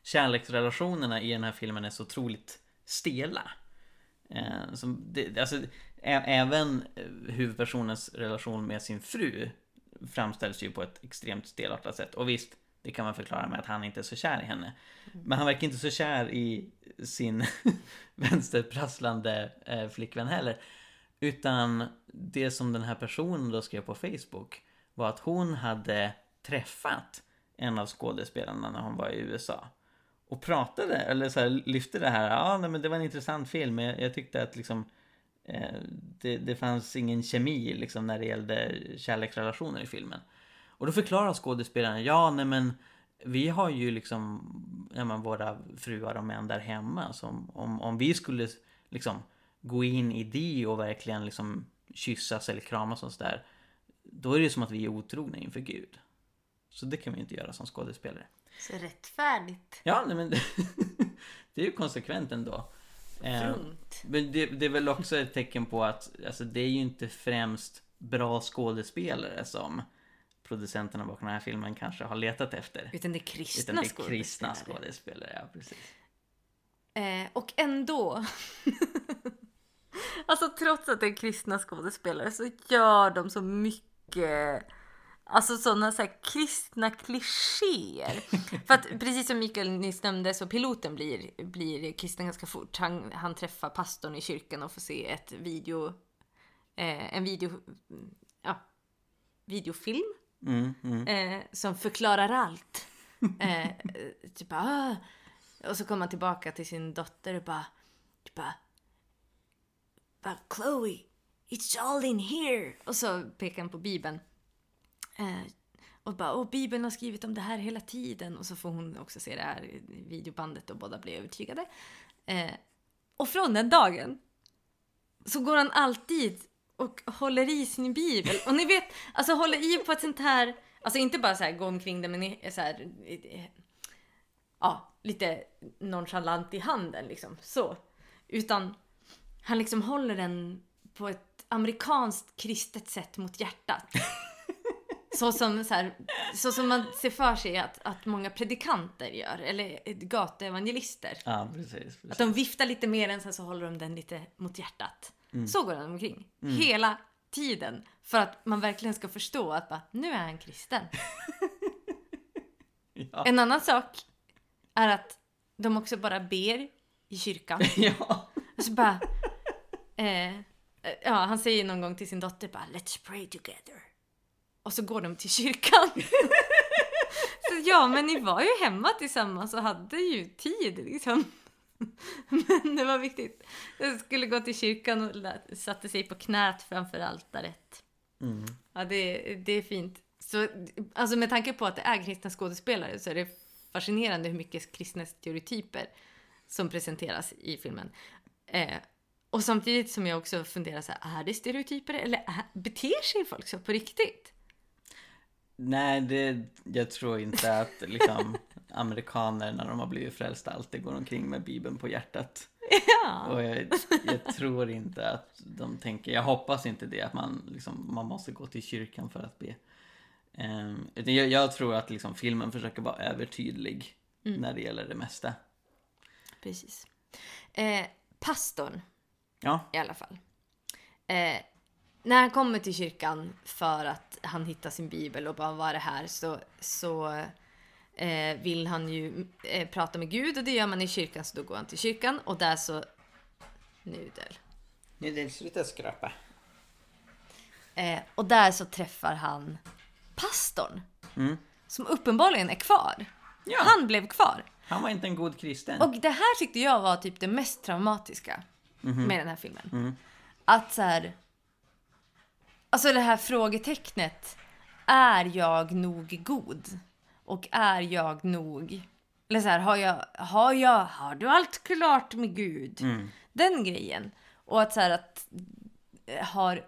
kärleksrelationerna i den här filmen är så otroligt stela. Alltså, även huvudpersonens relation med sin fru framställs ju på ett extremt stelartat sätt. Och visst, det kan man förklara med att han inte är så kär i henne. Men han verkar inte så kär i sin vänsterprasslande flickvän heller. Utan det som den här personen då skrev på Facebook var att hon hade träffat en av skådespelarna när hon var i USA. Och pratade, eller så här, lyfte det här. Ja, nej, men det var en intressant film. Jag tyckte att liksom, det fanns ingen kemi liksom, när det gällde kärleksrelationer i filmen. Och då förklarar skådespelarna, ja, nej men vi har ju liksom våra fruar och män där hemma. Så om vi skulle liksom gå in i det och verkligen liksom kyssas eller kramas och sådär, då är det som att vi är otrogna inför Gud. Så det kan vi inte göra som skådespelare. Så rättfärdigt. Ja, nej, men det är ju konsekvent ändå. Men det är väl också ett tecken på att alltså, det är ju inte främst bra skådespelare som producenterna bakom den här filmen kanske har letat efter. Utan det är kristna skådespelare. Ja, precis. Och ändå alltså trots att det är kristna skådespelare så gör de så mycket, alltså sådana så här kristna klichéer. För att precis som Mikael nyss nämnde så piloten blir kristen ganska fort. Han träffar pastorn i kyrkan och får se en videofilm som förklarar allt. Typ och så kommer han tillbaka till sin dotter och bara Chloe, it's all in here. Och så pekar han på Bibeln. Och bara, Bibeln har skrivit om det här hela tiden. Och så får hon också se det här videobandet och båda blir övertygade. Och från den dagen så går han alltid och håller i sin bibel. Och ni vet, alltså håller i på ett sånt här, alltså inte bara så här gå omkring det, men så här, lite nonchalant i handen liksom, så. Utan han liksom håller den på ett amerikanskt kristet sätt mot hjärtat. Så som man ser för sig att många predikanter gör. Eller gatuevangelister. Ja, precis. Att de viftar lite mer än så håller de den lite mot hjärtat. Så går han omkring. Hela tiden. För att man verkligen ska förstå att nu är han kristen. Ja. En annan sak är att de också bara ber i kyrkan. Ja. Och så bara... han säger någon gång till sin dotter bara, let's pray together. Och så går de till kyrkan. Så ja, men ni var ju hemma tillsammans och hade ju tid liksom. Men det var viktigt. Jag skulle gå till kyrkan och satte sig på knät framför altaret. Ja, det är fint. Så, alltså med tanke på att det är kristna skådespelare så är det fascinerande hur mycket kristna stereotyper som presenteras i filmen. Och samtidigt som jag också funderar så här, är det stereotyper eller beter sig folk så på riktigt? Nej, jag tror inte att liksom, amerikaner när de har blivit frälsta alltid går omkring med Bibeln på hjärtat. Ja. Och jag tror inte att de tänker, jag hoppas inte det, att man måste gå till kyrkan för att be. Jag tror att liksom, filmen försöker vara övertydlig när det gäller det mesta. Precis. Pastorn, ja. I alla fall. När han kommer till kyrkan för att han hittar sin bibel och bara vad är det här, så vill han ju prata med Gud, och det gör man i kyrkan, så då går han till kyrkan och där så Nudel, sluta skrapa. Och där så träffar han pastorn som uppenbarligen är kvar. Ja. Han blev kvar. Han var inte en god kristen. Och det här tyckte jag var typ det mest traumatiska med den här filmen. Att så här, alltså det här frågetecknet, är jag nog god? Och är jag nog, eller så här, har du allt klart med Gud? Den grejen. Och att så här, att har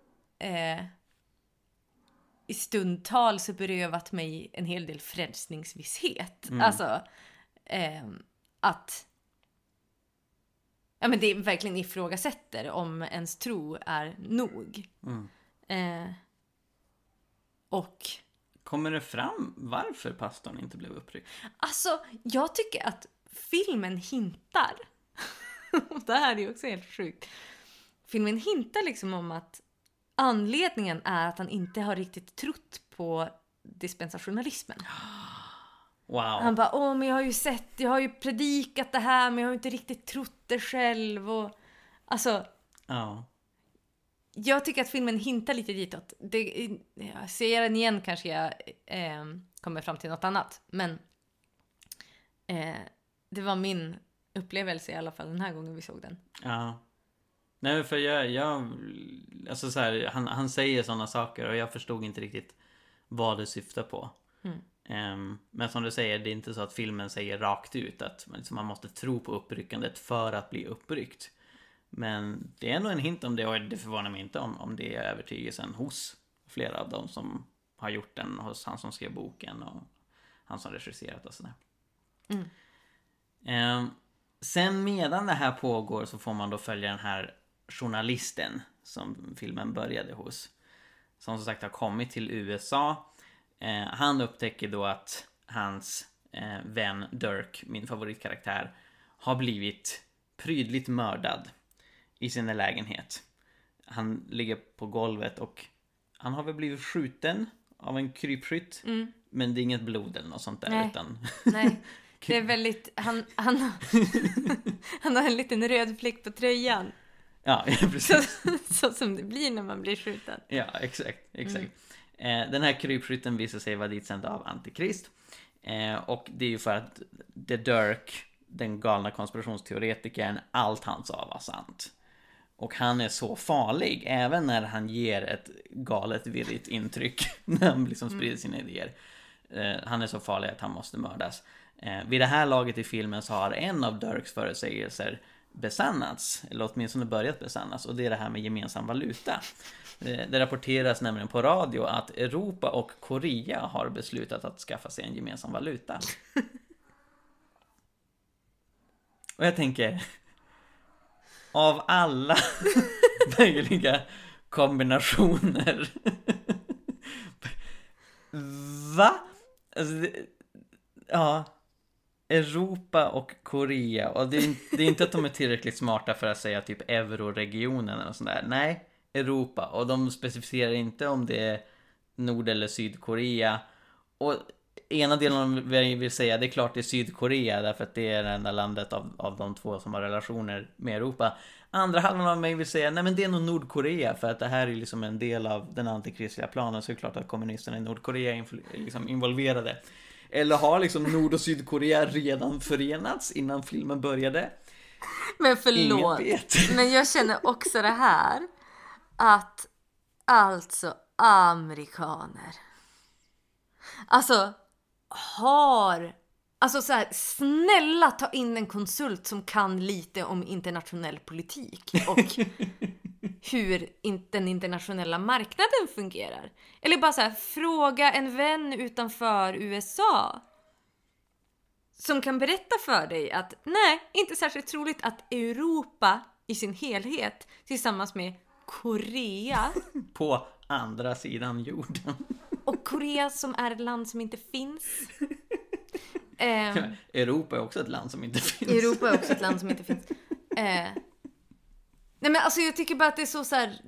i stundtal så berövat mig en hel del frälsningsvisshet. Alltså att ja, men det verkligen ifrågasätter om ens tro är nog. Och Kommer det fram varför pastorn inte blev uppryckt? Alltså, jag tycker att filmen hintar. Och det här är ju också helt sjukt. Filmen hintar liksom om att anledningen är att han inte har riktigt trott på dispensationalismen. Wow. Han bara, men jag har ju predikat det här, men jag har inte riktigt trott det själv. Och, alltså, Ja. jag tycker att filmen hintar lite ditåt. Ser jag den igen kanske jag kommer fram till något annat. Men det var min upplevelse i alla fall den här gången vi såg den. Ja. Nej, för jag alltså så här, han säger sådana saker och jag förstod inte riktigt vad det syftar på. Men som du säger, det är inte så att filmen säger rakt ut att man måste tro på uppryckandet för att bli uppryckt. Men det är ändå en hint om det, och det förvånar mig inte om det är övertygelsen hos flera av dem som har gjort den, hos han som skrev boken och han som regisserat och sådär. Sen medan det här pågår så får man då följa den här journalisten som filmen började hos, som sagt har kommit till USA. Han upptäcker då att hans vän Dirk, min favoritkaraktär, har blivit prydligt mördad i sin lägenhet. Han ligger på golvet och han har väl blivit skjuten av en krypskytt. Men det är inget blod eller något sånt där. Nej. Utan Nej, det är väldigt... Han har en liten röd fläck på tröjan. Ja, precis. Så som det blir när man blir skjuten. Ja, exakt. Den här krypskytten visar sig vara ditsänd av Antikrist. Och det är ju för att The Dirk, den galna konspirationsteoretikern, allt han sa var sant. Och han är så farlig även när han ger ett galet virrigt intryck när han liksom sprider sina idéer. Han är så farlig att han måste mördas. Vid det här laget i filmen så har en av Dirks förutsägelser besannats, eller åtminstone börjat besannas, och det är det här med gemensam valuta. Det rapporteras nämligen på radio att Europa och Korea har beslutat att skaffa sig en gemensam valuta. Och jag tänker, av alla möjliga kombinationer, va? Alltså ja, Europa och Korea, och det är inte att de är tillräckligt smarta för att säga typ euroregionen eller sånt där. Nej, Europa, och de specificerar inte om det är Nord- eller Sydkorea. Och ena delen vill säga, det är klart det är Sydkorea därför att det är det enda landet av de två som har relationer med Europa. Andra halvan av mig vill säga, nej men det är nog Nordkorea, för att det här är liksom en del av den antikristliga planen, så är det klart att kommunisterna i Nordkorea är liksom involverade. Eller har liksom Nord- och Sydkorea redan förenats innan filmen började? Men förlåt, men jag känner också det här, att alltså amerikaner, alltså så här, snälla ta in en konsult som kan lite om internationell politik och hur den internationella marknaden fungerar. Eller bara så här, fråga en vän utanför USA som kan berätta för dig att nej, inte särskilt troligt att Europa i sin helhet tillsammans med Korea på andra sidan jorden, och Korea som är ett land som inte finns. Europa är också ett land som inte finns. Europa är också ett land som inte finns. Nej men alltså jag tycker bara att det är så här.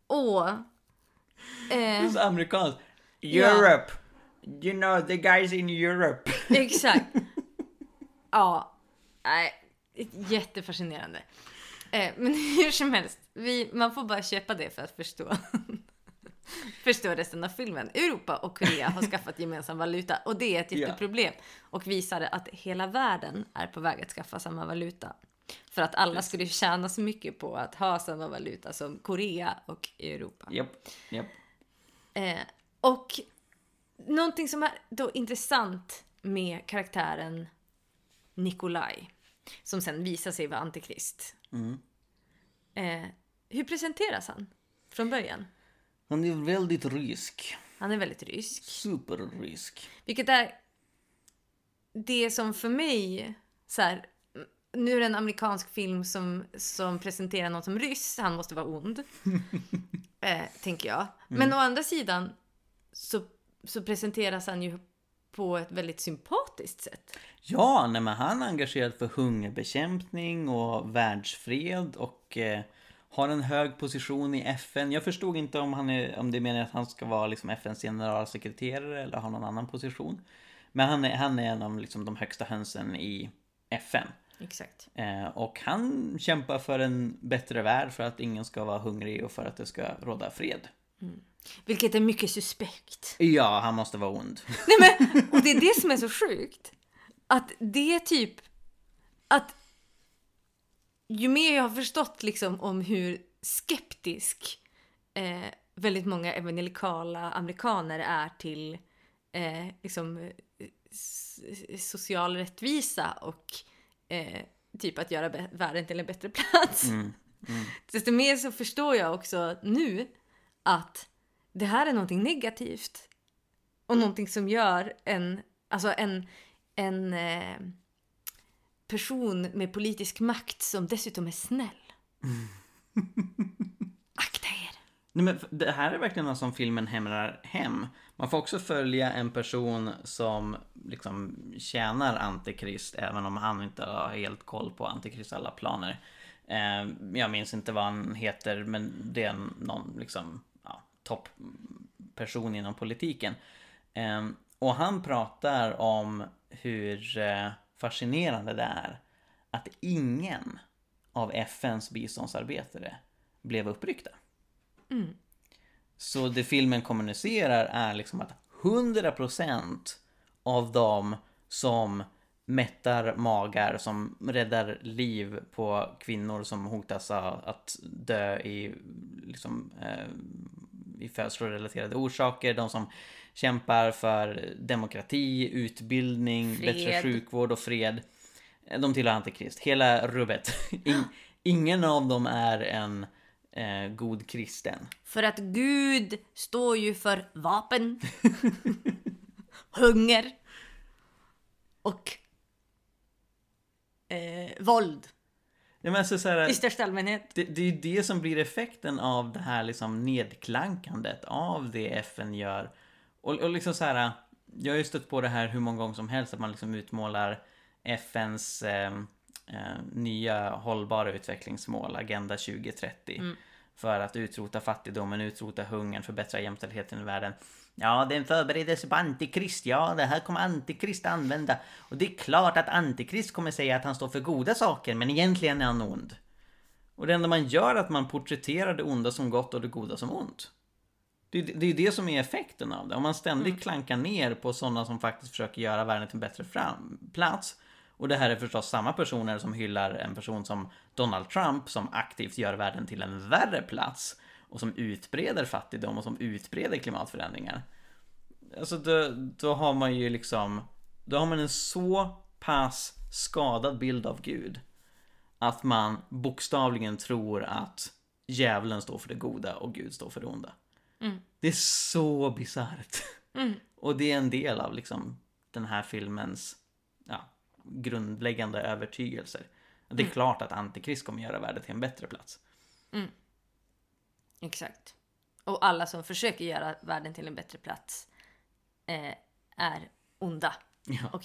Det är så amerikanskt. Europe. Ja. You know the guys in Europe. Exakt. Ja. Nej, jättefascinerande. Men hur som helst, man får bara köpa det för att förstå resten av filmen. Europa och Korea har skaffat gemensam valuta, och det är ett jätteproblem. Och visade att hela världen är på väg att skaffa samma valuta. För att alla skulle tjäna så mycket på att ha samma valuta som Korea och Europa. Japp. Och någonting som är då intressant med karaktären Nikolaj, som sen visar sig vara antikrist. Hur presenteras han från början? Han är väldigt rysk. Han är väldigt rysk. Superrysk. Vilket är det som för mig så här, nu är det en amerikansk film som presenterar någon som ryss. Han måste vara ond. Tänker jag. Men å andra sidan så så presenteras han ju på ett väldigt sympatiskt sätt. Ja, men han är engagerad för hungerbekämpning och världsfred och har en hög position i FN. Jag förstod inte om det menar att han ska vara liksom FNs generalsekreterare eller ha någon annan position. Men han är en av liksom de högsta hönsen i FN. Exakt. Och han kämpar för en bättre värld, för att ingen ska vara hungrig och för att det ska råda fred. Vilket är mycket suspekt. Ja, han måste vara ond. Nej, men, och det är det som är så sjukt. Att det är typ... Att ju mer jag har förstått liksom om hur skeptisk väldigt många evangelikala amerikaner är till social rättvisa och typ att göra världen till en bättre plats. Desto mer så förstår jag också nu att det här är någonting negativt. Och någonting som gör en person med politisk makt som dessutom är snäll. Akta er. Nej, men det här är verkligen något som filmen hämrar hem. Man får också följa en person som liksom tjänar Antikrist, även om han inte har helt koll på Antikrist alla planer. Jag minns inte vad han heter, men det är någon liksom, toppperson inom politiken. Och han pratar om hur fascinerande det är att ingen av FNs biståndsarbetare blev uppryckta. Så det filmen kommunicerar är liksom att 100% av dem som mättar magar, som räddar liv på kvinnor som hotas att dö i födslovårelaterade orsaker, de som kämpar för demokrati, utbildning, bättre sjukvård och fred, de tillhör Antikrist. Hela rubbet. Ingen av dem är en god kristen. För att Gud står ju för vapen, hunger och våld. Ja, men alltså, så här, i största allmänhet. Det är ju det som blir effekten av det här liksom nedklankandet av det FN gör. Och liksom så här, jag har ju stött på det här hur många gånger som helst, att man liksom utmålar FNs nya hållbara utvecklingsmål, Agenda 2030, för att utrota fattigdomen, utrota hungern, förbättra jämställdheten i världen. Ja, det är en förberedelse på Antikrist. Ja, det här kommer Antikrist använda. Och det är klart att Antikrist kommer säga att han står för goda saker, men egentligen är han ond. Och det enda man gör är att man porträtterar det onda som gott och det goda som ont. Det är det som är effekten av det. Om man ständigt klankar ner på sådana som faktiskt försöker göra världen till en bättre plats. Och det här är förstås samma personer som hyllar en person som Donald Trump, som aktivt gör världen till en värre plats och som utbreder fattigdom och som utbreder klimatförändringar. Alltså då har man ju liksom, då har man en så pass skadad bild av Gud att man bokstavligen tror att djävulen står för det goda och Gud står för det onda. Det är så bisarrt. Och det är en del av liksom den här filmens grundläggande övertygelser. Det är klart att Antikrist kommer göra världen till en bättre plats. Exakt. Och alla som försöker göra världen till en bättre plats är onda. Ja. Och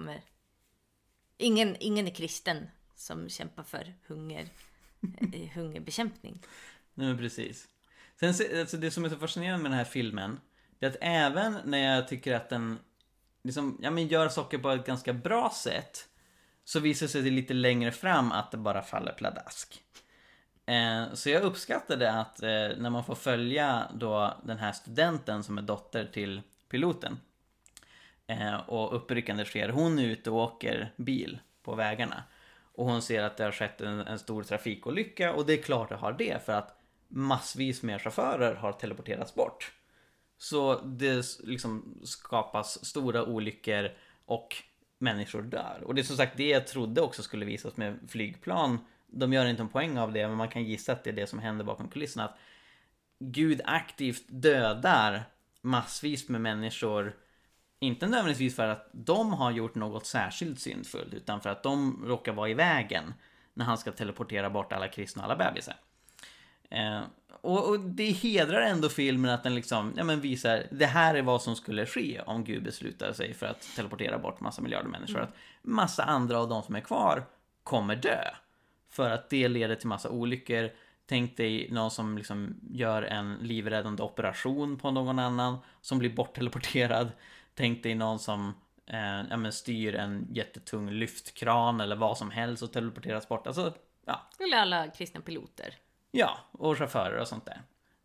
ingen är kristen som kämpar för hungerbekämpning. Nej, men precis. Sen, alltså det som är så fascinerande med den här filmen, det är att även när jag tycker att den liksom, gör saker på ett ganska bra sätt, så visar sig det lite längre fram att det bara faller pladask. Så jag uppskattade att när man får följa då den här studenten som är dotter till piloten, och uppryckande sker, hon är ute och åker bil på vägarna och hon ser att det har skett en stor trafikolycka, och det är klart det har det, för att massvis med chaufförer har teleporterats bort. Så det liksom skapas stora olyckor och människor dör. Och det är som sagt det jag trodde också skulle visas med flygplan. De gör inte en poäng av det, men man kan gissa att det är det som händer bakom kulisserna. Att Gud aktivt dödar massvis med människor. Inte nödvändigtvis för att de har gjort något särskilt syndfullt, utan för att de råkar vara i vägen när han ska teleportera bort alla kristna och alla bebisar. Och det hedrar ändå filmen att den liksom, visar det här är vad som skulle ske om Gud beslutar sig för att teleportera bort massa miljarder människor. Att massa andra av de som är kvar kommer dö. För att det leder till massa olyckor. Tänk dig någon som liksom gör en livräddande operation på någon annan som blir bortteleporterad. Tänk dig någon som styr en jättetung lyftkran eller vad som helst och teleporteras bort. Alltså, ja. Eller alla kristna piloter. Ja, och chaufförer och sånt där.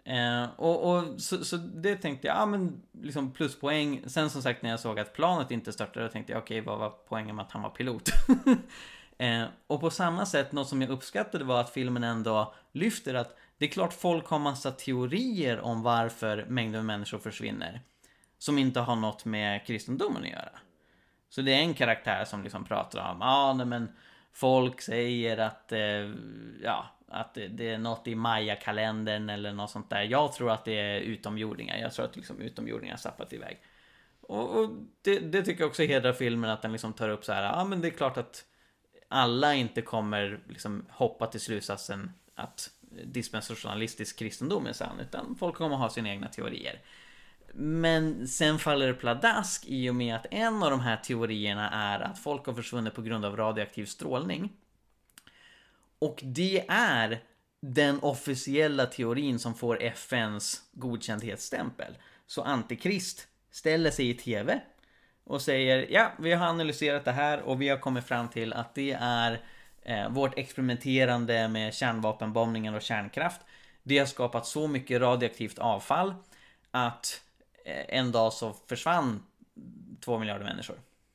Så det tänkte jag, liksom pluspoäng. Sen som sagt när jag såg att planet inte störtade, då tänkte jag okej, vad var poängen med att han var pilot? Och på samma sätt, något som jag uppskattade var att filmen ändå lyfter att det är klart folk har massa teorier om varför mängder av människor försvinner. Som inte har något med kristendomen att göra. Så det är en karaktär som liksom pratar om, folk säger att att det är något i Maya-kalendern eller något sånt där. Jag tror att det är utomjordingar. Jag tror att liksom utomjordingar sappat iväg. Och det tycker jag också hedrar filmen, att den liksom tar upp så här, men det är klart att alla inte kommer liksom hoppa till slutsatsen att dispensationalistisk kristendom är sann, utan folk kommer ha sina egna teorier. Men sen faller det pladask i och med att en av de här teorierna är att folk har försvunnit på grund av radioaktiv strålning. Och det är den officiella teorin som får FNs godkändhetsstämpel. Så Antikrist ställer sig i tv och säger, vi har analyserat det här och vi har kommit fram till att det är vårt experimenterande med kärnvapenbombningar och kärnkraft. Det har skapat så mycket radioaktivt avfall att en dag så försvann 2 miljarder människor.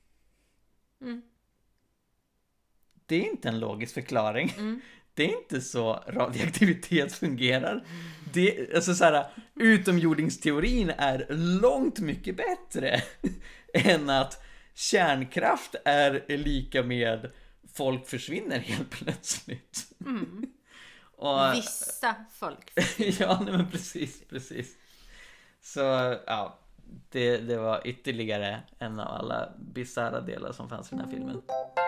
Det är inte en logisk förklaring. Det är inte så radioaktivitet fungerar. Utomjordingsteorin är långt mycket bättre än att kärnkraft är lika med folk försvinner helt plötsligt. Och, vissa folk. Ja, men precis. Så ja, det var ytterligare en av alla bizarra delar som fanns i den här filmen.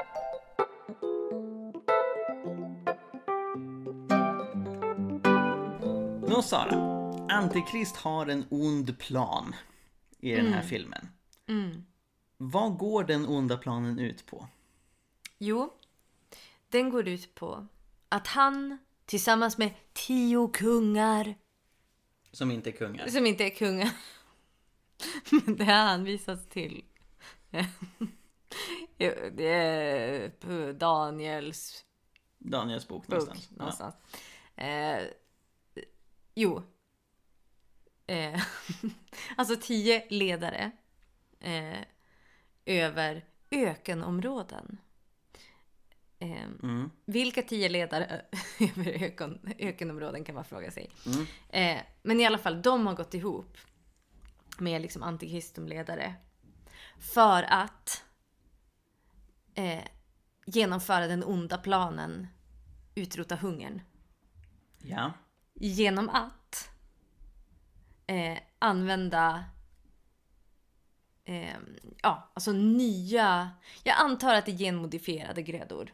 Nå Sara, Antikrist har en ond plan i den här filmen. Vad går den onda planen ut på? Jo, den går ut på att han tillsammans med 10 kungar som inte är kungar. Som inte är kungar. Men det har han visats till. Det är på Daniels bok någonstans. Alltså 10 ledare över ökenområden. Vilka 10 ledare över ökenområden kan man fråga sig. Men i alla fall, de har gått ihop med liksom antikristumledare för att genomföra den onda planen, utrota hungern. Ja. Genom att använda alltså nya, jag antar att det är genmodifierade grödor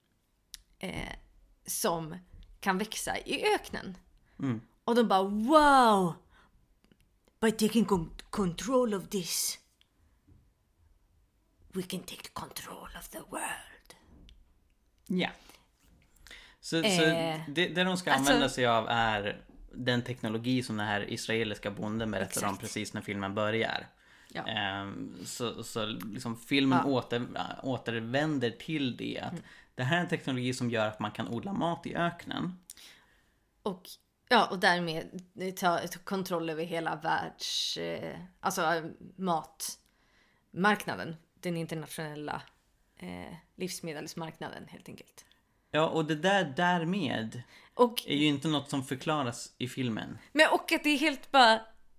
som kan växa i öknen. Och de bara, wow, by taking control of this we can take control of the world. Ja. Så det de ska använda sig av är den teknologi som den här israeliska bonden berättar om precis när filmen börjar. Ja. Så liksom filmen återvänder till det att det här är en teknologi som gör att man kan odla mat i öknen. Och därmed ta kontroll över hela alltså matmarknaden, den internationella livsmedelsmarknaden helt enkelt. Ja, och det därmed är ju inte något som förklaras i filmen. Men och att det är helt bara,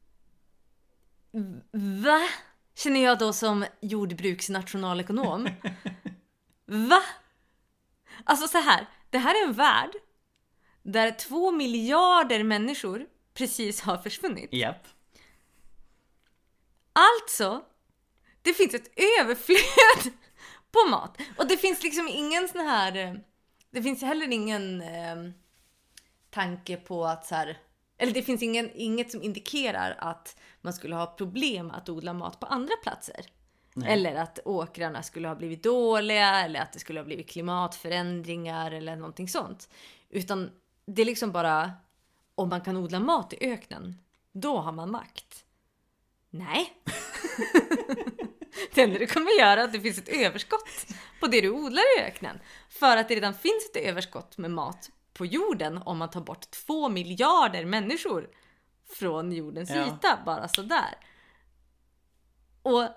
va? Känner jag då som jordbruksnationalekonom. Va? Alltså så här, det här är en värld där 2 miljarder människor precis har försvunnit. Japp. Alltså, det finns ett överflöd på mat. Och det finns liksom ingen sån här, det finns heller ingen tanke på att så här, eller det finns inget som indikerar att man skulle ha problem att odla mat på andra platser. Nej. Eller att åkrarna skulle ha blivit dåliga, eller att det skulle ha blivit klimatförändringar eller någonting sånt. Utan det är liksom bara, om man kan odla mat i öknen, då har man makt. Nej. Det enda du kommer göra är att det finns ett överskott på det du odlar i öknen. För att det redan finns ett överskott med mat på jorden om man tar bort 2 miljarder människor från jordens yta, bara sådär. Och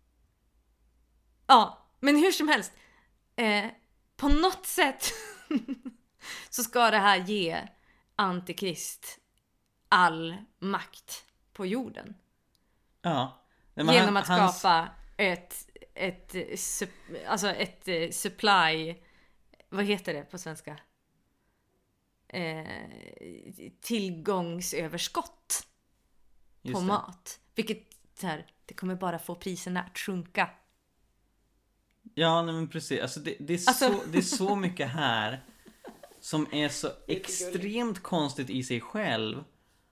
ja, men hur som helst, på något sätt så ska det här ge Antikrist all makt på jorden. Ja. Genom att skapa ett supply, vad heter det på svenska? Tillgångsöverskott på mat. Vilket så här, det kommer bara få priserna att sjunka. Ja, nej, men precis. Alltså det är så mycket här som är så extremt konstigt i sig själv.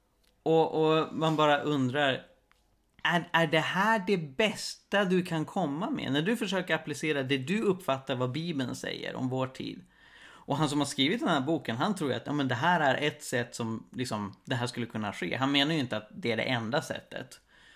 Och man bara undrar, är det här det bästa du kan komma med? När du försöker applicera det du uppfattar vad Bibeln säger om vår tid. Och han som har skrivit den här boken, han tror att men det här är ett sätt som liksom, det här skulle kunna ske. Han menar ju inte att det är det enda sättet.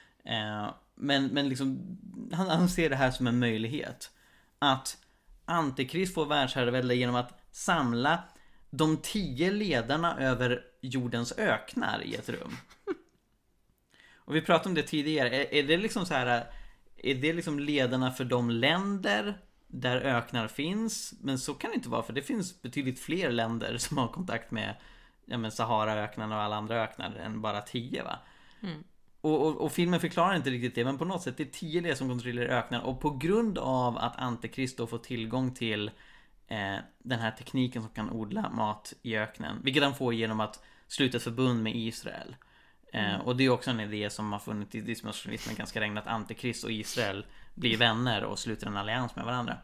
Men liksom, han ser det här som en möjlighet. Att Antikrist får världsherravälde genom att samla de 10 ledarna över jordens öknar i ett rum. Och vi pratade om det tidigare. Är det liksom så här, är det liksom ledarna för de länder där öknar finns? Men så kan det inte vara, för det finns betydligt fler länder som har kontakt med Saharaöknarna och alla andra öknar än bara 10, va? Mm. Och filmen förklarar inte riktigt det, men på något sätt det är 10 ledare som kontrollerar öknar. Och på grund av att Antikrist då får tillgång till den här tekniken som kan odla mat i öknen, vilket han får genom att sluta ett förbund med Israel. Och det är också en idé som har funnits i dispensationalismen ganska länge, att Antikrist och Israel blir vänner och sluter en allians med varandra.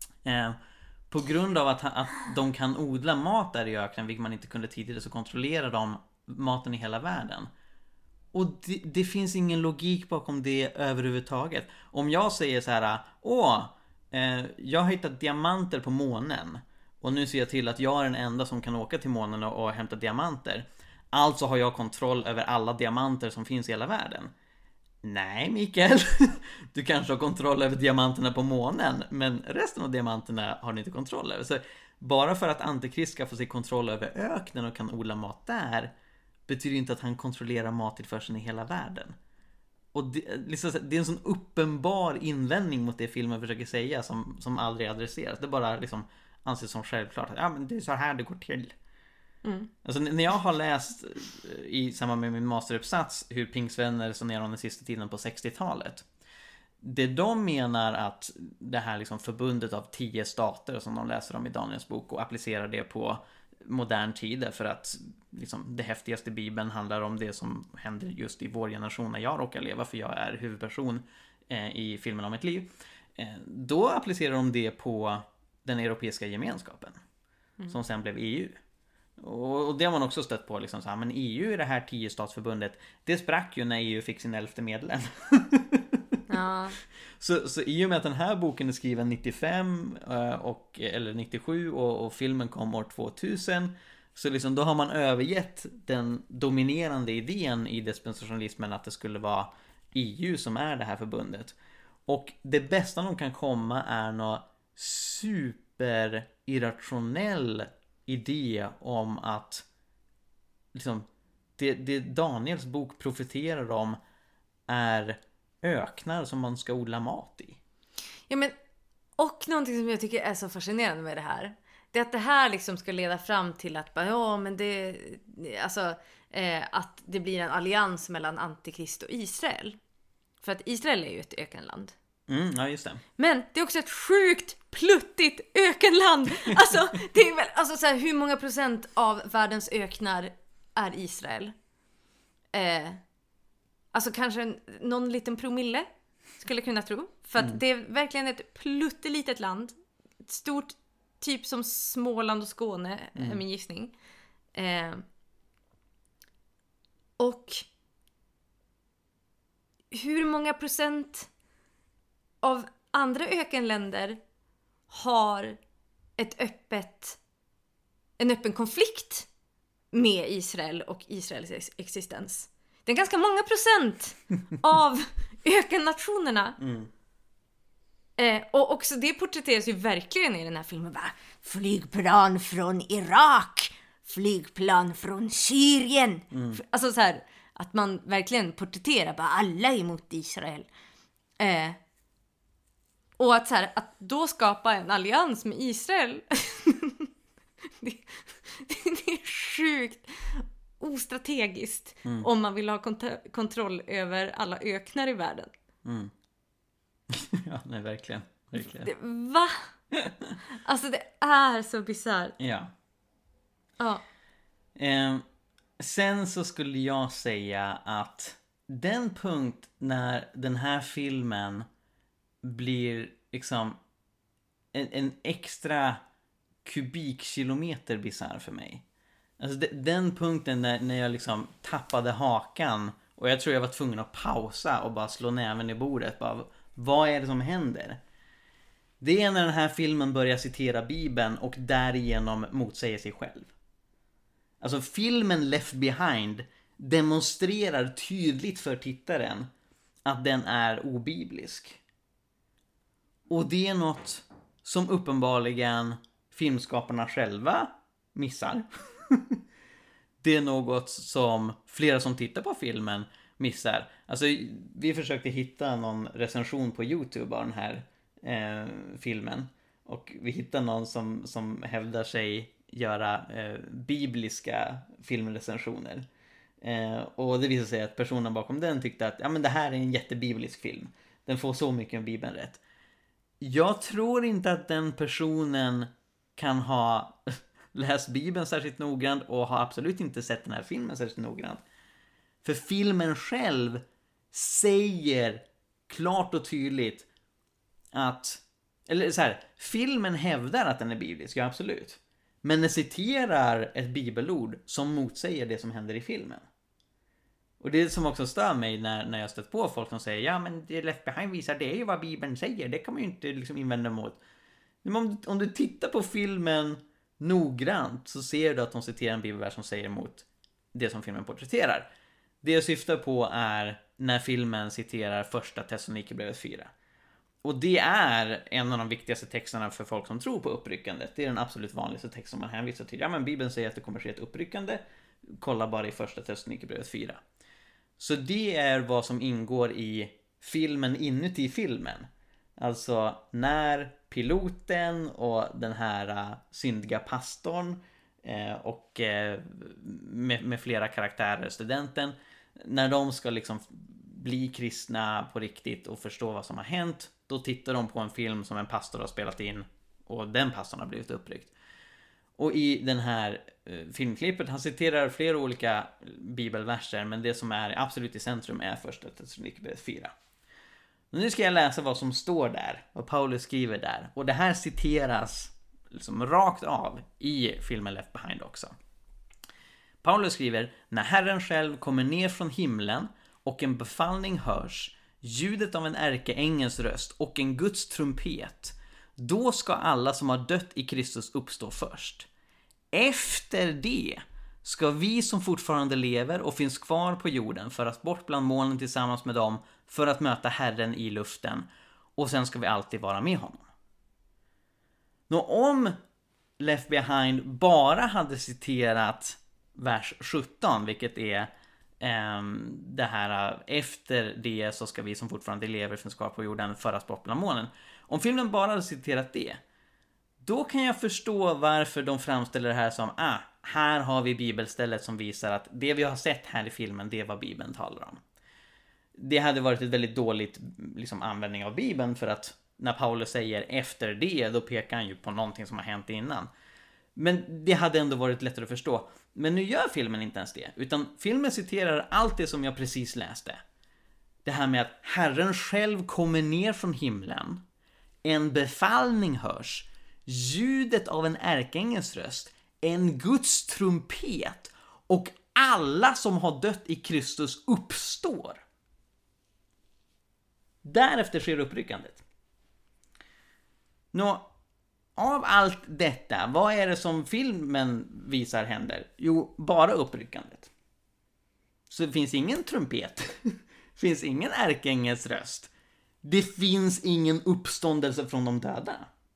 På grund av att de kan odla mat där i öknen, vilket man inte kunde tidigare, så kontrollerar de maten i hela världen. Och det finns ingen logik bakom det överhuvudtaget. Om jag säger så här: jag har hittat diamanter på månen, och nu ser jag till att jag är den enda som kan åka till månen och hämta diamanter. Alltså har jag kontroll över alla diamanter som finns i hela världen. Nej, Mikael. Du kanske har kontroll över diamanterna på månen, men resten av diamanterna har du inte kontroll över. Så bara för att Antikrist ska få sig kontroll över öknen och kan odla mat där, betyder inte att han kontrollerar mattillförseln i hela världen. Och det är en sån uppenbar invändning mot det filmen försöker säga, som aldrig adresseras. Det bara liksom anses som självklart att men det är så här det går till. Alltså när jag har läst i samband med min masteruppsats hur pingsvänner resonerar om den sista tiden på 60-talet, det de menar att det här liksom förbundet av 10 stater som de läser om i Daniels bok och applicerar det på modern tid, för att liksom, det häftigaste i Bibeln handlar om det som händer just i vår generation när jag råkar leva, för jag är huvudperson i filmen om ett liv. Då applicerar de det på den europeiska gemenskapen som sen blev EU. Och det har man också stött på liksom så här, men EU är det här 10-statsförbundet, det sprack ju när EU fick sin 11:e medlem. Ja. Så i och med att den här boken är skriven 95 eller 97 och filmen kom år 2000, så liksom då har man övergett den dominerande idén i dispensationalismen att det skulle vara EU som är det här förbundet. Och det bästa de kan komma är någon super irrationell idé om att liksom, det Daniels bok profeterar om är öknar som man ska odla mat i. Ja, men och någonting som jag tycker är så fascinerande med det här, det är att det här liksom ska leda fram till att att det blir en allians mellan Antikrist och Israel. För att Israel är ju ett ökenland. Ja, just det. Men det är också ett sjukt pluttigt ökenland. Alltså, det är väl, alltså så här, hur många procent av världens öknar är Israel? Alltså kanske någon liten promille skulle jag kunna tro. För att det är verkligen ett pluttelitet land. Ett stort, typ som Småland och Skåne är min gissning. Och hur många procent av andra ökenländer har en öppen konflikt med Israel och Israels existens? Det är ganska många procent av ökennationerna. Och också det porträtteras ju verkligen i den här filmen. Bara, flygplan från Irak, flygplan från Syrien. Alltså så här, att man verkligen porträtterar bara alla emot Israel. Och att, så här, att då skapa en allians med Israel. det är sjukt ostrategiskt om man vill ha kontroll över alla öknar i världen. Ja, nej, verkligen. Va? Alltså det är så bisarrt. Ja. Ja. Sen så skulle jag säga att den punkt när den här filmen blir liksom en extra kubikkilometer bisarr för mig. Alltså den punkten när jag liksom tappade hakan och jag tror jag var tvungen att pausa och bara slå näven i bordet. Bara, vad är det som händer? Det är när den här filmen börjar citera Bibeln och därigenom motsäger sig själv. Alltså filmen Left Behind demonstrerar tydligt för tittaren att den är obiblisk. Och det är något som uppenbarligen filmskaparna själva missar. Det är något som flera som tittar på filmen missar. Alltså vi försökte hitta någon recension på YouTube av den här filmen. Och vi hittade någon som hävdar sig göra bibliska filmrecensioner. Och det visade sig att personen bakom den tyckte att ja, men det här är en jättebiblisk film. Den får så mycket om Bibeln rätt. Jag tror inte att den personen kan ha läst Bibeln särskilt noggrant och har absolut inte sett den här filmen särskilt noggrant. För filmen själv säger klart och tydligt att, eller så här, filmen hävdar att den är biblisk, ja absolut. Men den citerar ett bibelord som motsäger det som händer i filmen. Och det som också stör mig när jag stött på folk som säger ja men det Left Behind visar, det är ju vad Bibeln säger. Det kan man ju inte liksom invända mot. Men om du tittar på filmen noggrant så ser du att de citerar en bibelvers som säger emot det som filmen porträtterar. Det jag syftar på är när filmen citerar första Thessalonikerbrevet 4. Och det är en av de viktigaste texterna för folk som tror på uppryckandet. Det är den absolut vanligaste texten som man hänvisar till. Ja men Bibeln säger att det kommer ske ett uppryckande. Kolla bara i första Thessalonikerbrevet 4. Så det är vad som ingår i filmen inuti filmen. Alltså när piloten och den här syndiga pastorn och med flera karaktärer, studenten, när de ska liksom bli kristna på riktigt och förstå vad som har hänt, då tittar de på en film som en pastor har spelat in och den pastorn har blivit uppryckt. Och i den här filmklippet, han citerar flera olika bibelverser, men det som är absolut i centrum är första Thessalonikerbrevet 4. Nu ska jag läsa vad som står där, vad Paulus skriver där. Och det här citeras liksom rakt av i filmen Left Behind också. Paulus skriver: när Herren själv kommer ner från himlen och en befallning hörs, ljudet av en ärkeängels röst och en Guds trumpet, då ska alla som har dött i Kristus uppstå först. Efter det ska vi som fortfarande lever och finns kvar på jorden föras bort bland molnen tillsammans med dem för att möta Herren i luften, och sen ska vi alltid vara med honom. Nå, om Left Behind bara hade citerat vers 17, vilket är det här: efter det så ska vi som fortfarande lever finns kvar på jorden föras bort bland molnen. Om filmen bara hade citerat det, då kan jag förstå varför de framställer det här som här har vi bibelstället som visar att det vi har sett här i filmen, det är vad Bibeln talar om. Det hade varit ett väldigt dåligt liksom, användning av Bibeln, för att när Paulus säger efter det, då pekar han ju på någonting som har hänt innan. Men det hade ändå varit lättare att förstå. Men nu gör filmen inte ens det, utan filmen citerar allt det som jag precis läste. Det här med att Herren själv kommer ner från himlen, en befallning hörs, ljudet av en ärkeängels röst, en Guds trumpet, och alla som har dött i Kristus uppstår. Därefter sker uppryckandet. Av allt detta, vad är det som filmen visar händer? Jo, bara uppryckandet. Så det finns ingen trumpet. Det finns ingen ärkeängels röst. Det finns ingen uppståndelse från de döda.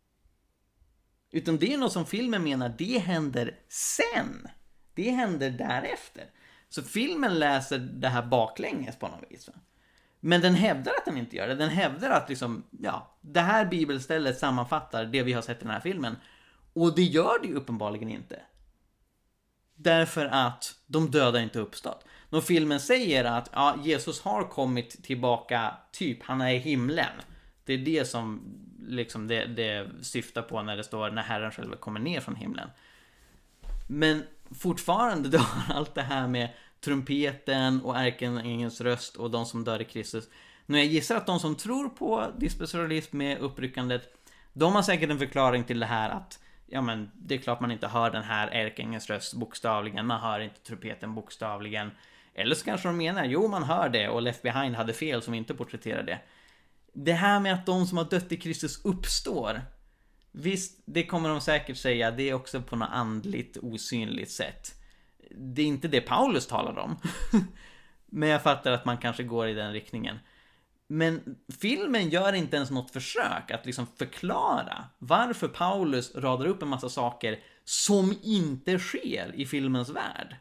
Utan det är något som filmen menar, det händer sen. Det händer därefter. Så filmen läser det här baklänges på något vis. Men den hävdar att den inte gör det. Den hävdar att liksom, det här bibelstället sammanfattar det vi har sett i den här filmen. Och det gör det ju uppenbarligen inte. Därför att de döda inte uppstått. När filmen säger att Jesus har kommit tillbaka, typ han är i himlen. Det är det som liksom det syftar på när det står när Herren själv kommer ner från himlen. Men fortfarande då allt det här med trumpeten och ärkeängelns röst och de som dör i Kristus. Nu jag gissar att de som tror på dispensationalism med uppryckandet, de har säkert en förklaring till det här att men det är klart man inte hör den här ärkeängelns röst bokstavligen, man hör inte trumpeten bokstavligen. Eller så kanske de menar, man hör det och Left Behind hade fel som inte porträtterade det. Det här med att de som har dött i Kristus uppstår, visst, det kommer de säkert säga, det är också på något andligt osynligt sätt. Det är inte det Paulus talar om. Men jag fattar att man kanske går i den riktningen. Men filmen gör inte ens något försök att liksom förklara varför Paulus radar upp en massa saker som inte sker i filmens värld.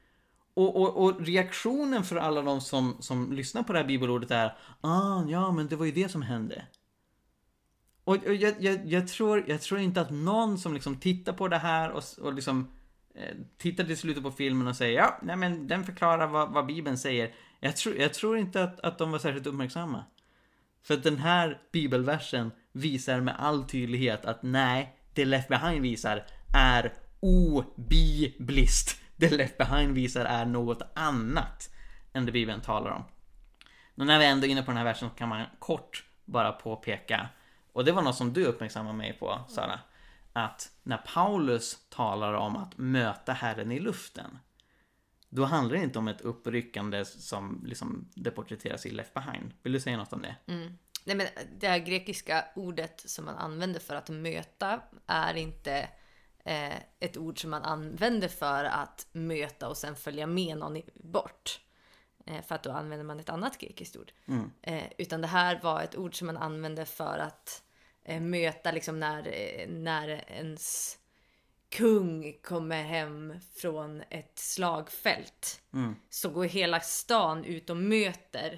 Och reaktionen för alla de som lyssnar på det här bibelordet är men det var ju det som hände. Och jag tror inte att någon som liksom tittar på det här och liksom tittar till slutet på filmen och säger men den förklarar vad Bibeln säger. Jag tror inte att de var särskilt uppmärksamma. För att den här bibelversen visar med all tydlighet att nej, det Left Behind visar är obibliskt. Det Left Behind visar är något annat än det Bibeln talar om. Och när vi ändå är inne på den här versen kan man kort bara påpeka, och det var något som du uppmärksammade mig på, Sara, att när Paulus talar om att möta Herren i luften, då handlar det inte om ett uppryckande som liksom det porträtteras i Left Behind. Vill du säga något om det? Nej, men det här grekiska ordet som man använder för att möta är inte ett ord som man använder för att möta och sen följa med någon bort. För att då använder man ett annat grekiskt ord. Utan det här var ett ord som man använde för att möta liksom när ens kung kommer hem från ett slagfält. Så går hela stan ut och möter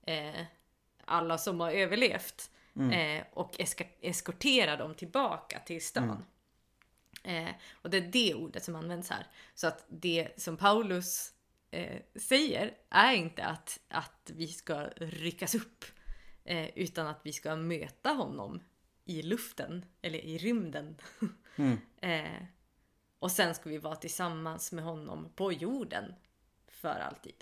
alla som har överlevt. Och eskorterar dem tillbaka till stan. Och det är det ordet som används här. Så att det som Paulus säger är inte att vi ska ryckas upp, utan att vi ska möta honom i luften eller i rymden. Och sen ska vi vara tillsammans med honom på jorden för alltid.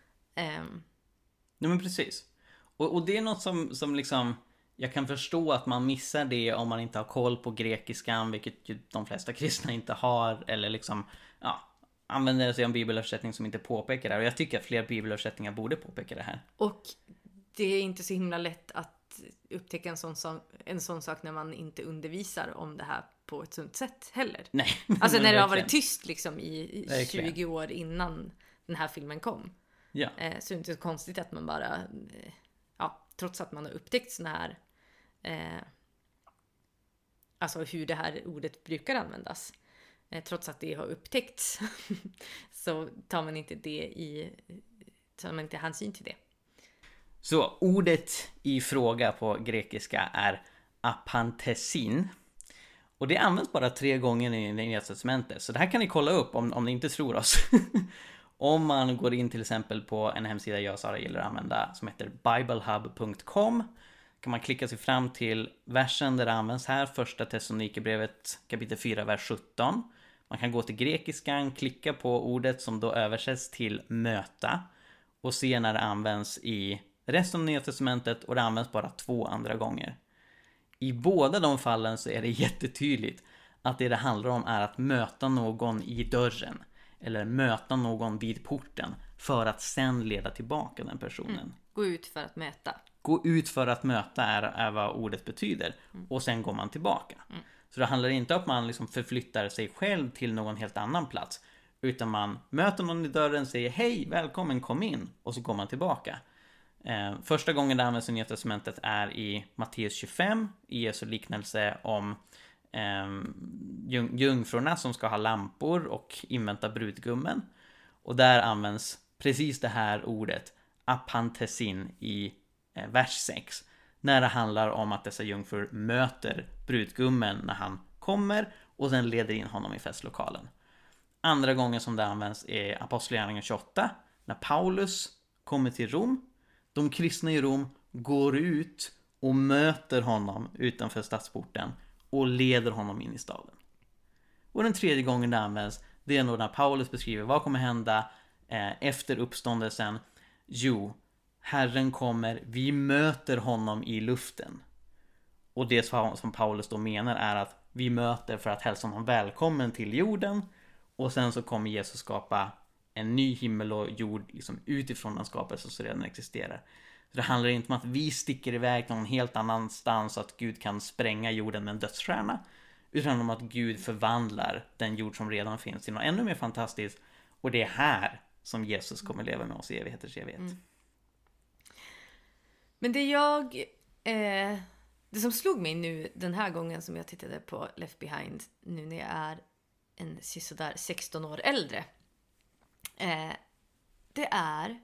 Nej, men precis. Och det är något som liksom, jag kan förstå att man missar det om man inte har koll på grekiskan, vilket ju de flesta kristna inte har, eller liksom använder sig av en bibelöversättning som inte påpekar det här. Och jag tycker att fler bibelöversättningar borde påpeka det här. Och det är inte så himla lätt att upptäcka en sån sak när man inte undervisar om det här på ett sunt sätt heller. Nej. Alltså när det har varit tyst liksom i 20 år innan den här filmen kom. Ja. Så är det inte så konstigt att man bara, trots att man har upptäckt såna här, alltså hur det här ordet brukar användas. Trots att det har upptäckts så tar man inte hänsyn till det. Så ordet i fråga på grekiska är apantesin. Och det används bara 3 gånger i Nya testamentet. Så det här kan ni kolla upp om ni inte tror oss. Om man går in till exempel på en hemsida jag och Sara gillar att använda som heter biblehub.com, kan man klicka sig fram till versen där det används här, första Thessalonikerbrevet kapitel 4, vers 17. Man kan gå till grekiskan, klicka på ordet som då översätts till möta och se när det används i resten av Nya testamentet, och det används bara 2 andra gånger. I båda de fallen så är det jättetydligt att det handlar om är att möta någon i dörren. eller möta någon vid porten för att sen leda tillbaka den personen. Gå ut för att möta. Gå ut för att möta är vad ordet betyder. Och sen går man tillbaka. Så det handlar inte om att man liksom förflyttar sig själv till någon helt annan plats. Utan man möter någon i dörren, säger hej, välkommen, kom in. Och så går man tillbaka. Första gången det används i Nya testamentet är i Matteus 25. I Jesu liknelse om jungfrurna som ska ha lampor och invänta brudgummen. Och där används precis det här ordet apantesin i vers 6. När det handlar om att dessa jungfrur möter brudgummen när han kommer och sen leder in honom i festlokalen. Andra gången som det används är Apostlagärningarna 28. När Paulus kommer till Rom. De kristna i Rom går ut och möter honom utanför stadsporten och leder honom in i staden. Och den tredje gången det används, det är nog när Paulus beskriver vad kommer hända efter uppståndelsen. Jo, Herren kommer, vi möter honom i luften. Och det som Paulus då menar är att vi möter för att hälsa honom välkommen till jorden. Och sen så kommer Jesus skapa en ny himmel och jord liksom utifrån den skapelse som redan existerar. Så det handlar inte om att vi sticker iväg någon helt annanstans så att Gud kan spränga jorden med en dödsstjärna. Utan om att Gud förvandlar den jord som redan finns till något ännu mer fantastiskt. Och det är här som Jesus kommer leva med oss i evigheters evighet. Men det som slog mig nu den här gången som jag tittade på Left Behind, nu när jag är en sådär 16 år äldre, det är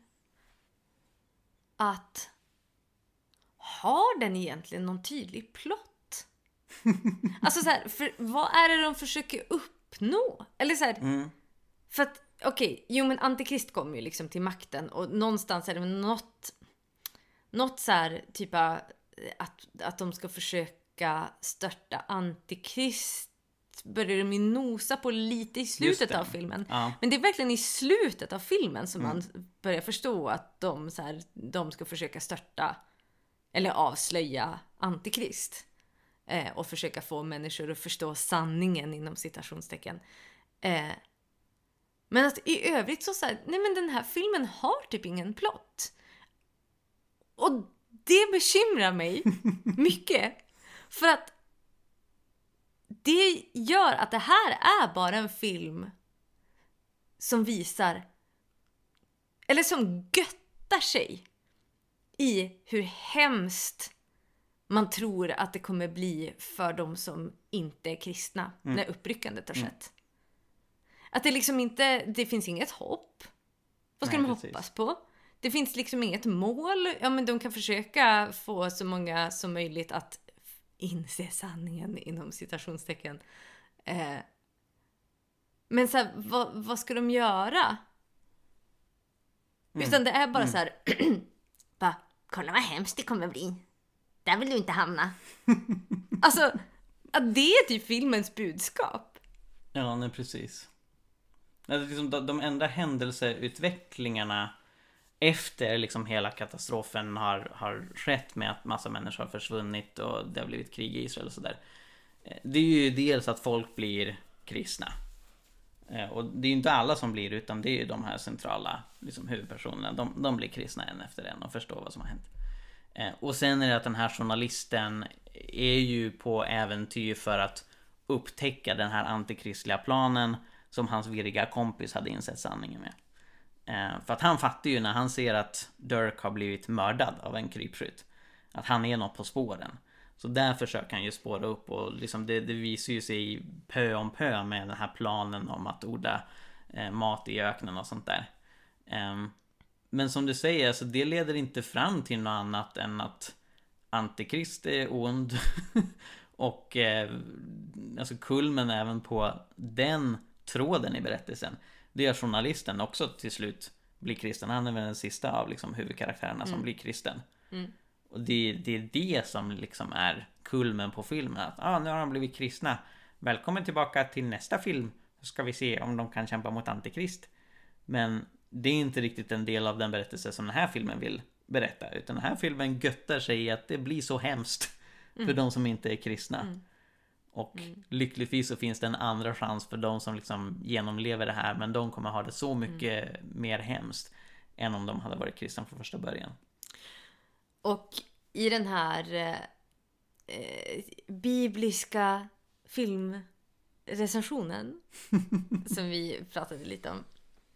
att har den egentligen någon tydlig plott? Alltså så här, för vad är det de försöker uppnå? Eller så här, för att men Antikrist kommer ju liksom till makten och någonstans är det något så här typ att de ska försöka störta Antikrist, börjar de ju nosa på lite i slutet av filmen. Ja. Men det är verkligen i slutet av filmen som man börjar förstå att de ska försöka störta eller avslöja Antikrist. Och försöka få människor att förstå sanningen inom citationstecken. Men att i övrigt så här, nej men den här filmen har typ ingen plott. Och det bekymrar mig mycket. För att det gör att det här är bara en film som visar, eller som göttar sig i hur hemskt man tror att det kommer bli för de som inte är kristna när uppryckandet har skett. Att det liksom inte, det finns inget hopp. Vad ska de hoppas på? Det finns liksom inget mål. Ja, men de kan försöka få så många som möjligt att inse sanningen inom citationstecken. Men så här, vad ska de göra? Utan det är bara så här bara, kolla vad hemskt det kommer bli. Där vill du inte hamna. Alltså, att det är typ filmens budskap. Ja, nej, precis. Alltså, liksom, de enda händelseutvecklingarna efter liksom hela katastrofen har skett med att massa människor har försvunnit och det har blivit krig i Israel och sådär. Det är ju dels att folk blir kristna. Och det är ju inte alla som blir, utan det är ju de här centrala liksom, huvudpersonerna. De blir kristna en efter en och förstår vad som har hänt. Och sen är det att den här journalisten är ju på äventyr för att upptäcka den här antikristliga planen som hans virriga kompis hade insett sanningen med. För att han fattar ju när han ser att Dirk har blivit mördad av en krypskytt att han är något på spåren. Så där försöker han ju spåra upp och liksom det visar ju sig pö om pö med den här planen om att odla mat i öknen och sånt där. Men som du säger, alltså, det leder inte fram till något annat än att Antikrist är ond och alltså kulmen även på den tråden i berättelsen. Det gör journalisten också till slut blir kristen. Han är väl den sista av liksom, huvudkaraktärerna som blir kristen. Och det är det som liksom är kulmen på filmen. Att nu har de blivit kristna. Välkommen tillbaka till nästa film. Så ska vi se om de kan kämpa mot Antikrist. Men det är inte riktigt en del av den berättelse som den här filmen vill berätta. Utan den här filmen göttar sig i att det blir så hemskt för de som inte är kristna. Och lyckligtvis så finns det en andra chans för de som liksom genomlever det här, men de kommer ha det så mycket mer hemskt än om de hade varit kristna från första början. Och i den här bibliska filmrecensionen som vi pratade lite om,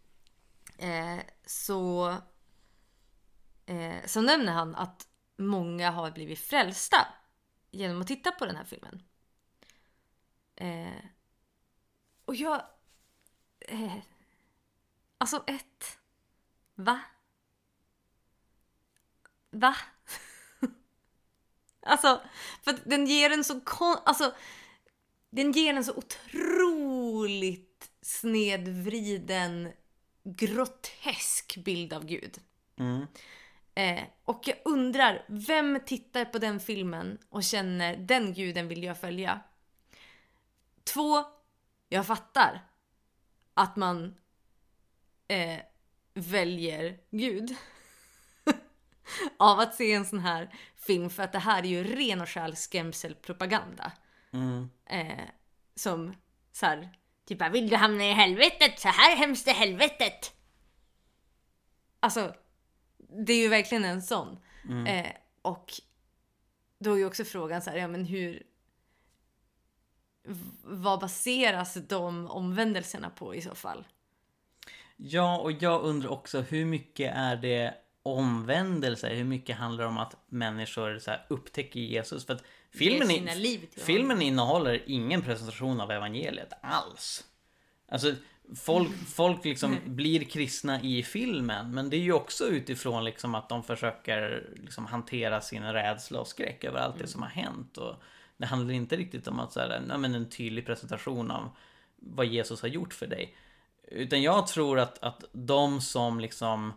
så nämner han att många har blivit frälsta genom att titta på den här filmen. Och jag alltså Va? Alltså, för att den ger en så den ger en så otroligt snedvriden, grotesk bild av Gud. Och jag undrar, vem tittar på den filmen och känner den guden vill jag följa? 2, jag fattar att man väljer Gud av att se en sån här film, för att det här är ju ren och skär skrämselpropaganda. Som så här, typ, vill du hamna i helvetet? Så här hemskt är helvetet. Alltså, det är ju verkligen en sån. Och då är ju också frågan så här, ja men vad baseras de omvändelserna på i så fall? Ja, och jag undrar också, hur mycket är det omvändelse? Hur mycket handlar det om att människor så här upptäcker Jesus? För att filmen innehåller ingen presentation av evangeliet alls. Alltså, folk liksom blir kristna i filmen, men det är ju också utifrån liksom att de försöker liksom hantera sin rädsla och skräck över allt det som har hänt. Och det handlar inte riktigt om att så här, en tydlig presentation av vad Jesus har gjort för dig. Utan jag tror att de som liksom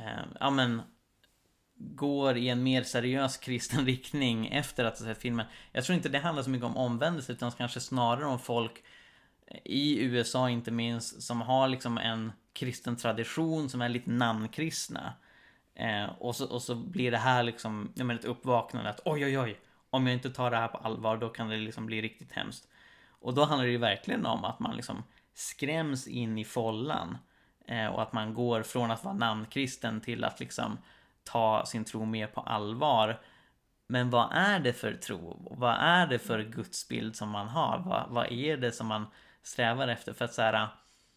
går i en mer seriös kristen riktning efter att ha sett filmen, jag tror inte det handlar så mycket om omvändelse, utan kanske snarare om folk i USA inte minst, som har liksom en kristen tradition, som är lite namnkristna, och så blir det här liksom ett uppvaknande att oj, om jag inte tar det här på allvar, då kan det liksom bli riktigt hemskt. Och då handlar det ju verkligen om att man liksom skräms in i follan, och att man går från att vara namnkristen till att liksom ta sin tro mer på allvar. Men vad är det för tro? Vad är det för gudsbild som man har? Vad är det som man strävar efter? För att så här,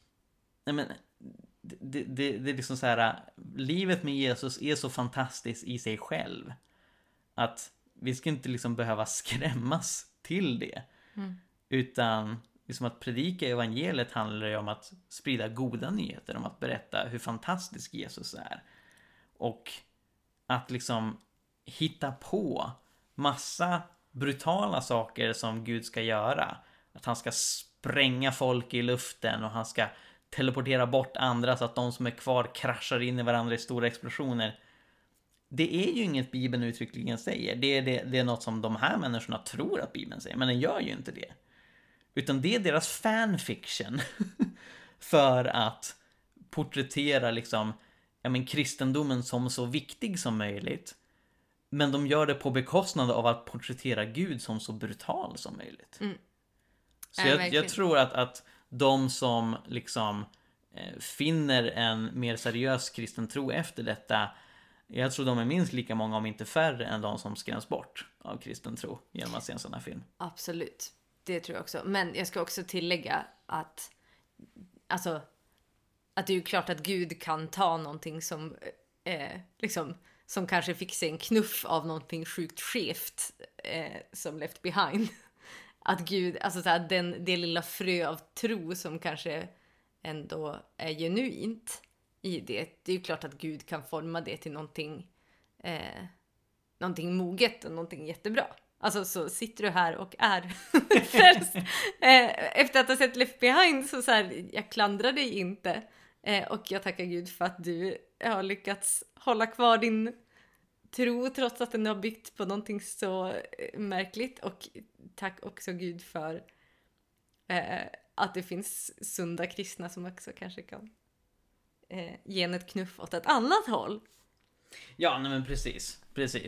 det är liksom så här, livet med Jesus är så fantastiskt i sig själv att vi ska inte liksom behöva skrämmas till det. Utan liksom att predika evangeliet handlar ju om att sprida goda nyheter, om att berätta hur fantastisk Jesus är. Och att liksom hitta på massa brutala saker som Gud ska göra. Att han ska spränga folk i luften, och han ska teleportera bort andra så att de som är kvar kraschar in i varandra i stora explosioner. Det är ju inget Bibeln uttryckligen säger. Det är något som de här människorna tror att Bibeln säger, men den gör ju inte det. Utan det är deras fanfiction för att porträttera liksom, kristendomen som så viktig som möjligt. Men de gör det på bekostnad av att porträttera Gud som så brutal som möjligt. Så jag tror att de som liksom finner en mer seriös kristen tro efter detta, jag tror de är minst lika många, om inte färre, än de som skräms bort av kristen tro genom att se en sån här film. Absolut, det tror jag också. Men jag ska också tillägga att att det är ju klart att Gud kan ta någonting som liksom, som kanske fick sig en knuff av någonting sjukt skevt, som Left Behind. Att Gud, alltså så här, det lilla frö av tro som kanske ändå är genuint i det. Det är ju klart att Gud kan forma det till någonting moget och någonting jättebra. Alltså, så sitter du här och är frälst efter att ha sett Left Behind, så här, jag klandrar dig inte. Och jag tackar Gud för att du har lyckats hålla kvar din tro trots att den har byggt på någonting så märkligt. Och tack också Gud för att det finns sunda kristna som också kanske kan ge en ett knuff åt ett annat håll. Ja, nej men precis.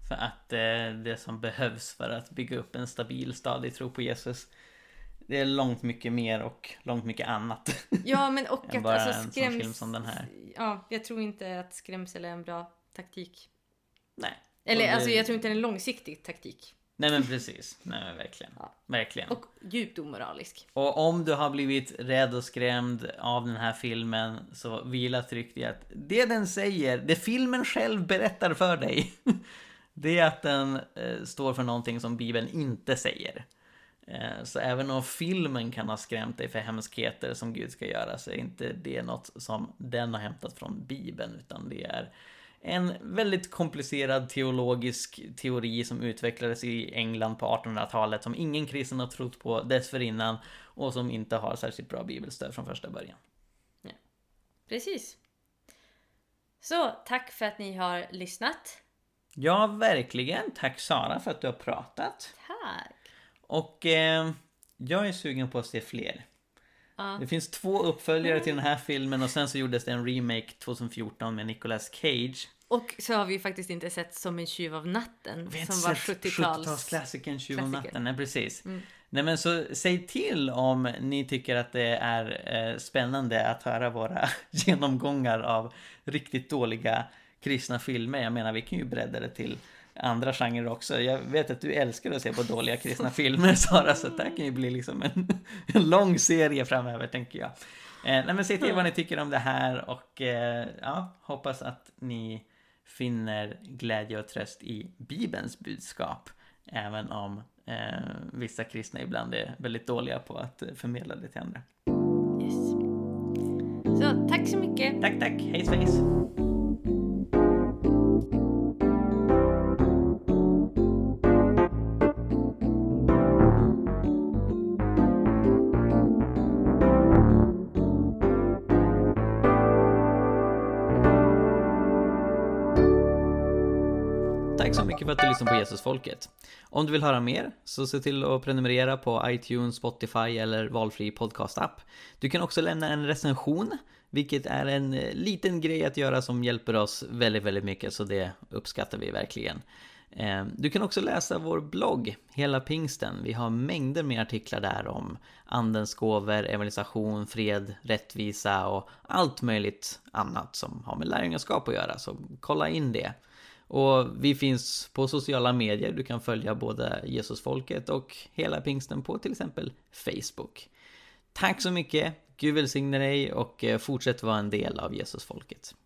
För att det som behövs för att bygga upp en stabil, stadig tro på Jesus, det är långt mycket mer och långt mycket annat. Ja, men och än att bara alltså en sån film som den här. Ja, jag tror inte att skrämsel är en bra taktik. Nej. Eller alltså jag tror inte det är en långsiktig taktik. Nej men precis, nej men verkligen. Ja. Verkligen. Och djupt omoralisk. Och om du har blivit rädd och skrämd av den här filmen, så vila tryggt i att det den säger, det filmen själv berättar för dig, det är att den står för någonting som Bibeln inte säger. Så även om filmen kan ha skrämt dig för hemskheter som Gud ska göra, så är inte det något som den har hämtat från Bibeln, utan det är en väldigt komplicerad teologisk teori som utvecklades i England på 1800-talet, som ingen kristen har trott på dessförinnan och som inte har särskilt bra bibelstöd från första början. Ja. Precis. Så, tack för att ni har lyssnat. Ja, verkligen. Tack Sara för att du har pratat. Tack. Och jag är sugen på att se fler. Ja. Det finns 2 uppföljare till den här filmen, och sen så gjordes det en remake 2014 med Nicolas Cage. Och så har vi faktiskt inte sett Som en tjuv av natten, som var 70-talsklassikern Tjuv om natten. Nej, precis. Mm. Nej, men så säg till om ni tycker att det är spännande att höra våra genomgångar av riktigt dåliga kristna filmer. Jag menar, vi kan ju bredda det till andra genrer också. Jag vet att du älskar att se på dåliga kristna filmer, Sara, så det här kan ju bli liksom en lång serie framöver, tänker jag. Nej, men säg till vad ni tycker om det här, och ja, hoppas att ni finner glädje och tröst i Bibelns budskap, även om vissa kristna ibland är väldigt dåliga på att förmedla det till andra. Yes. Så, tack så mycket. Tack, hej svejs. Tack så mycket för att du lyssnar på Jesusfolket. Om du vill höra mer, så se till att prenumerera på iTunes, Spotify eller valfri podcastapp. Du kan också lämna en recension, vilket är en liten grej att göra som hjälper oss väldigt, väldigt mycket, så det uppskattar vi verkligen. Du kan också läsa vår blogg, Hela Pingsten. Vi har mängder med artiklar där om andens gåvor, evangelisation, fred, rättvisa och allt möjligt annat som har med lärjungaskap att göra, så kolla in det. Och vi finns på sociala medier. Du kan följa både Jesusfolket och Hela Pingsten på till exempel Facebook. Tack så mycket. Gud välsigne dig och fortsätt vara en del av Jesusfolket.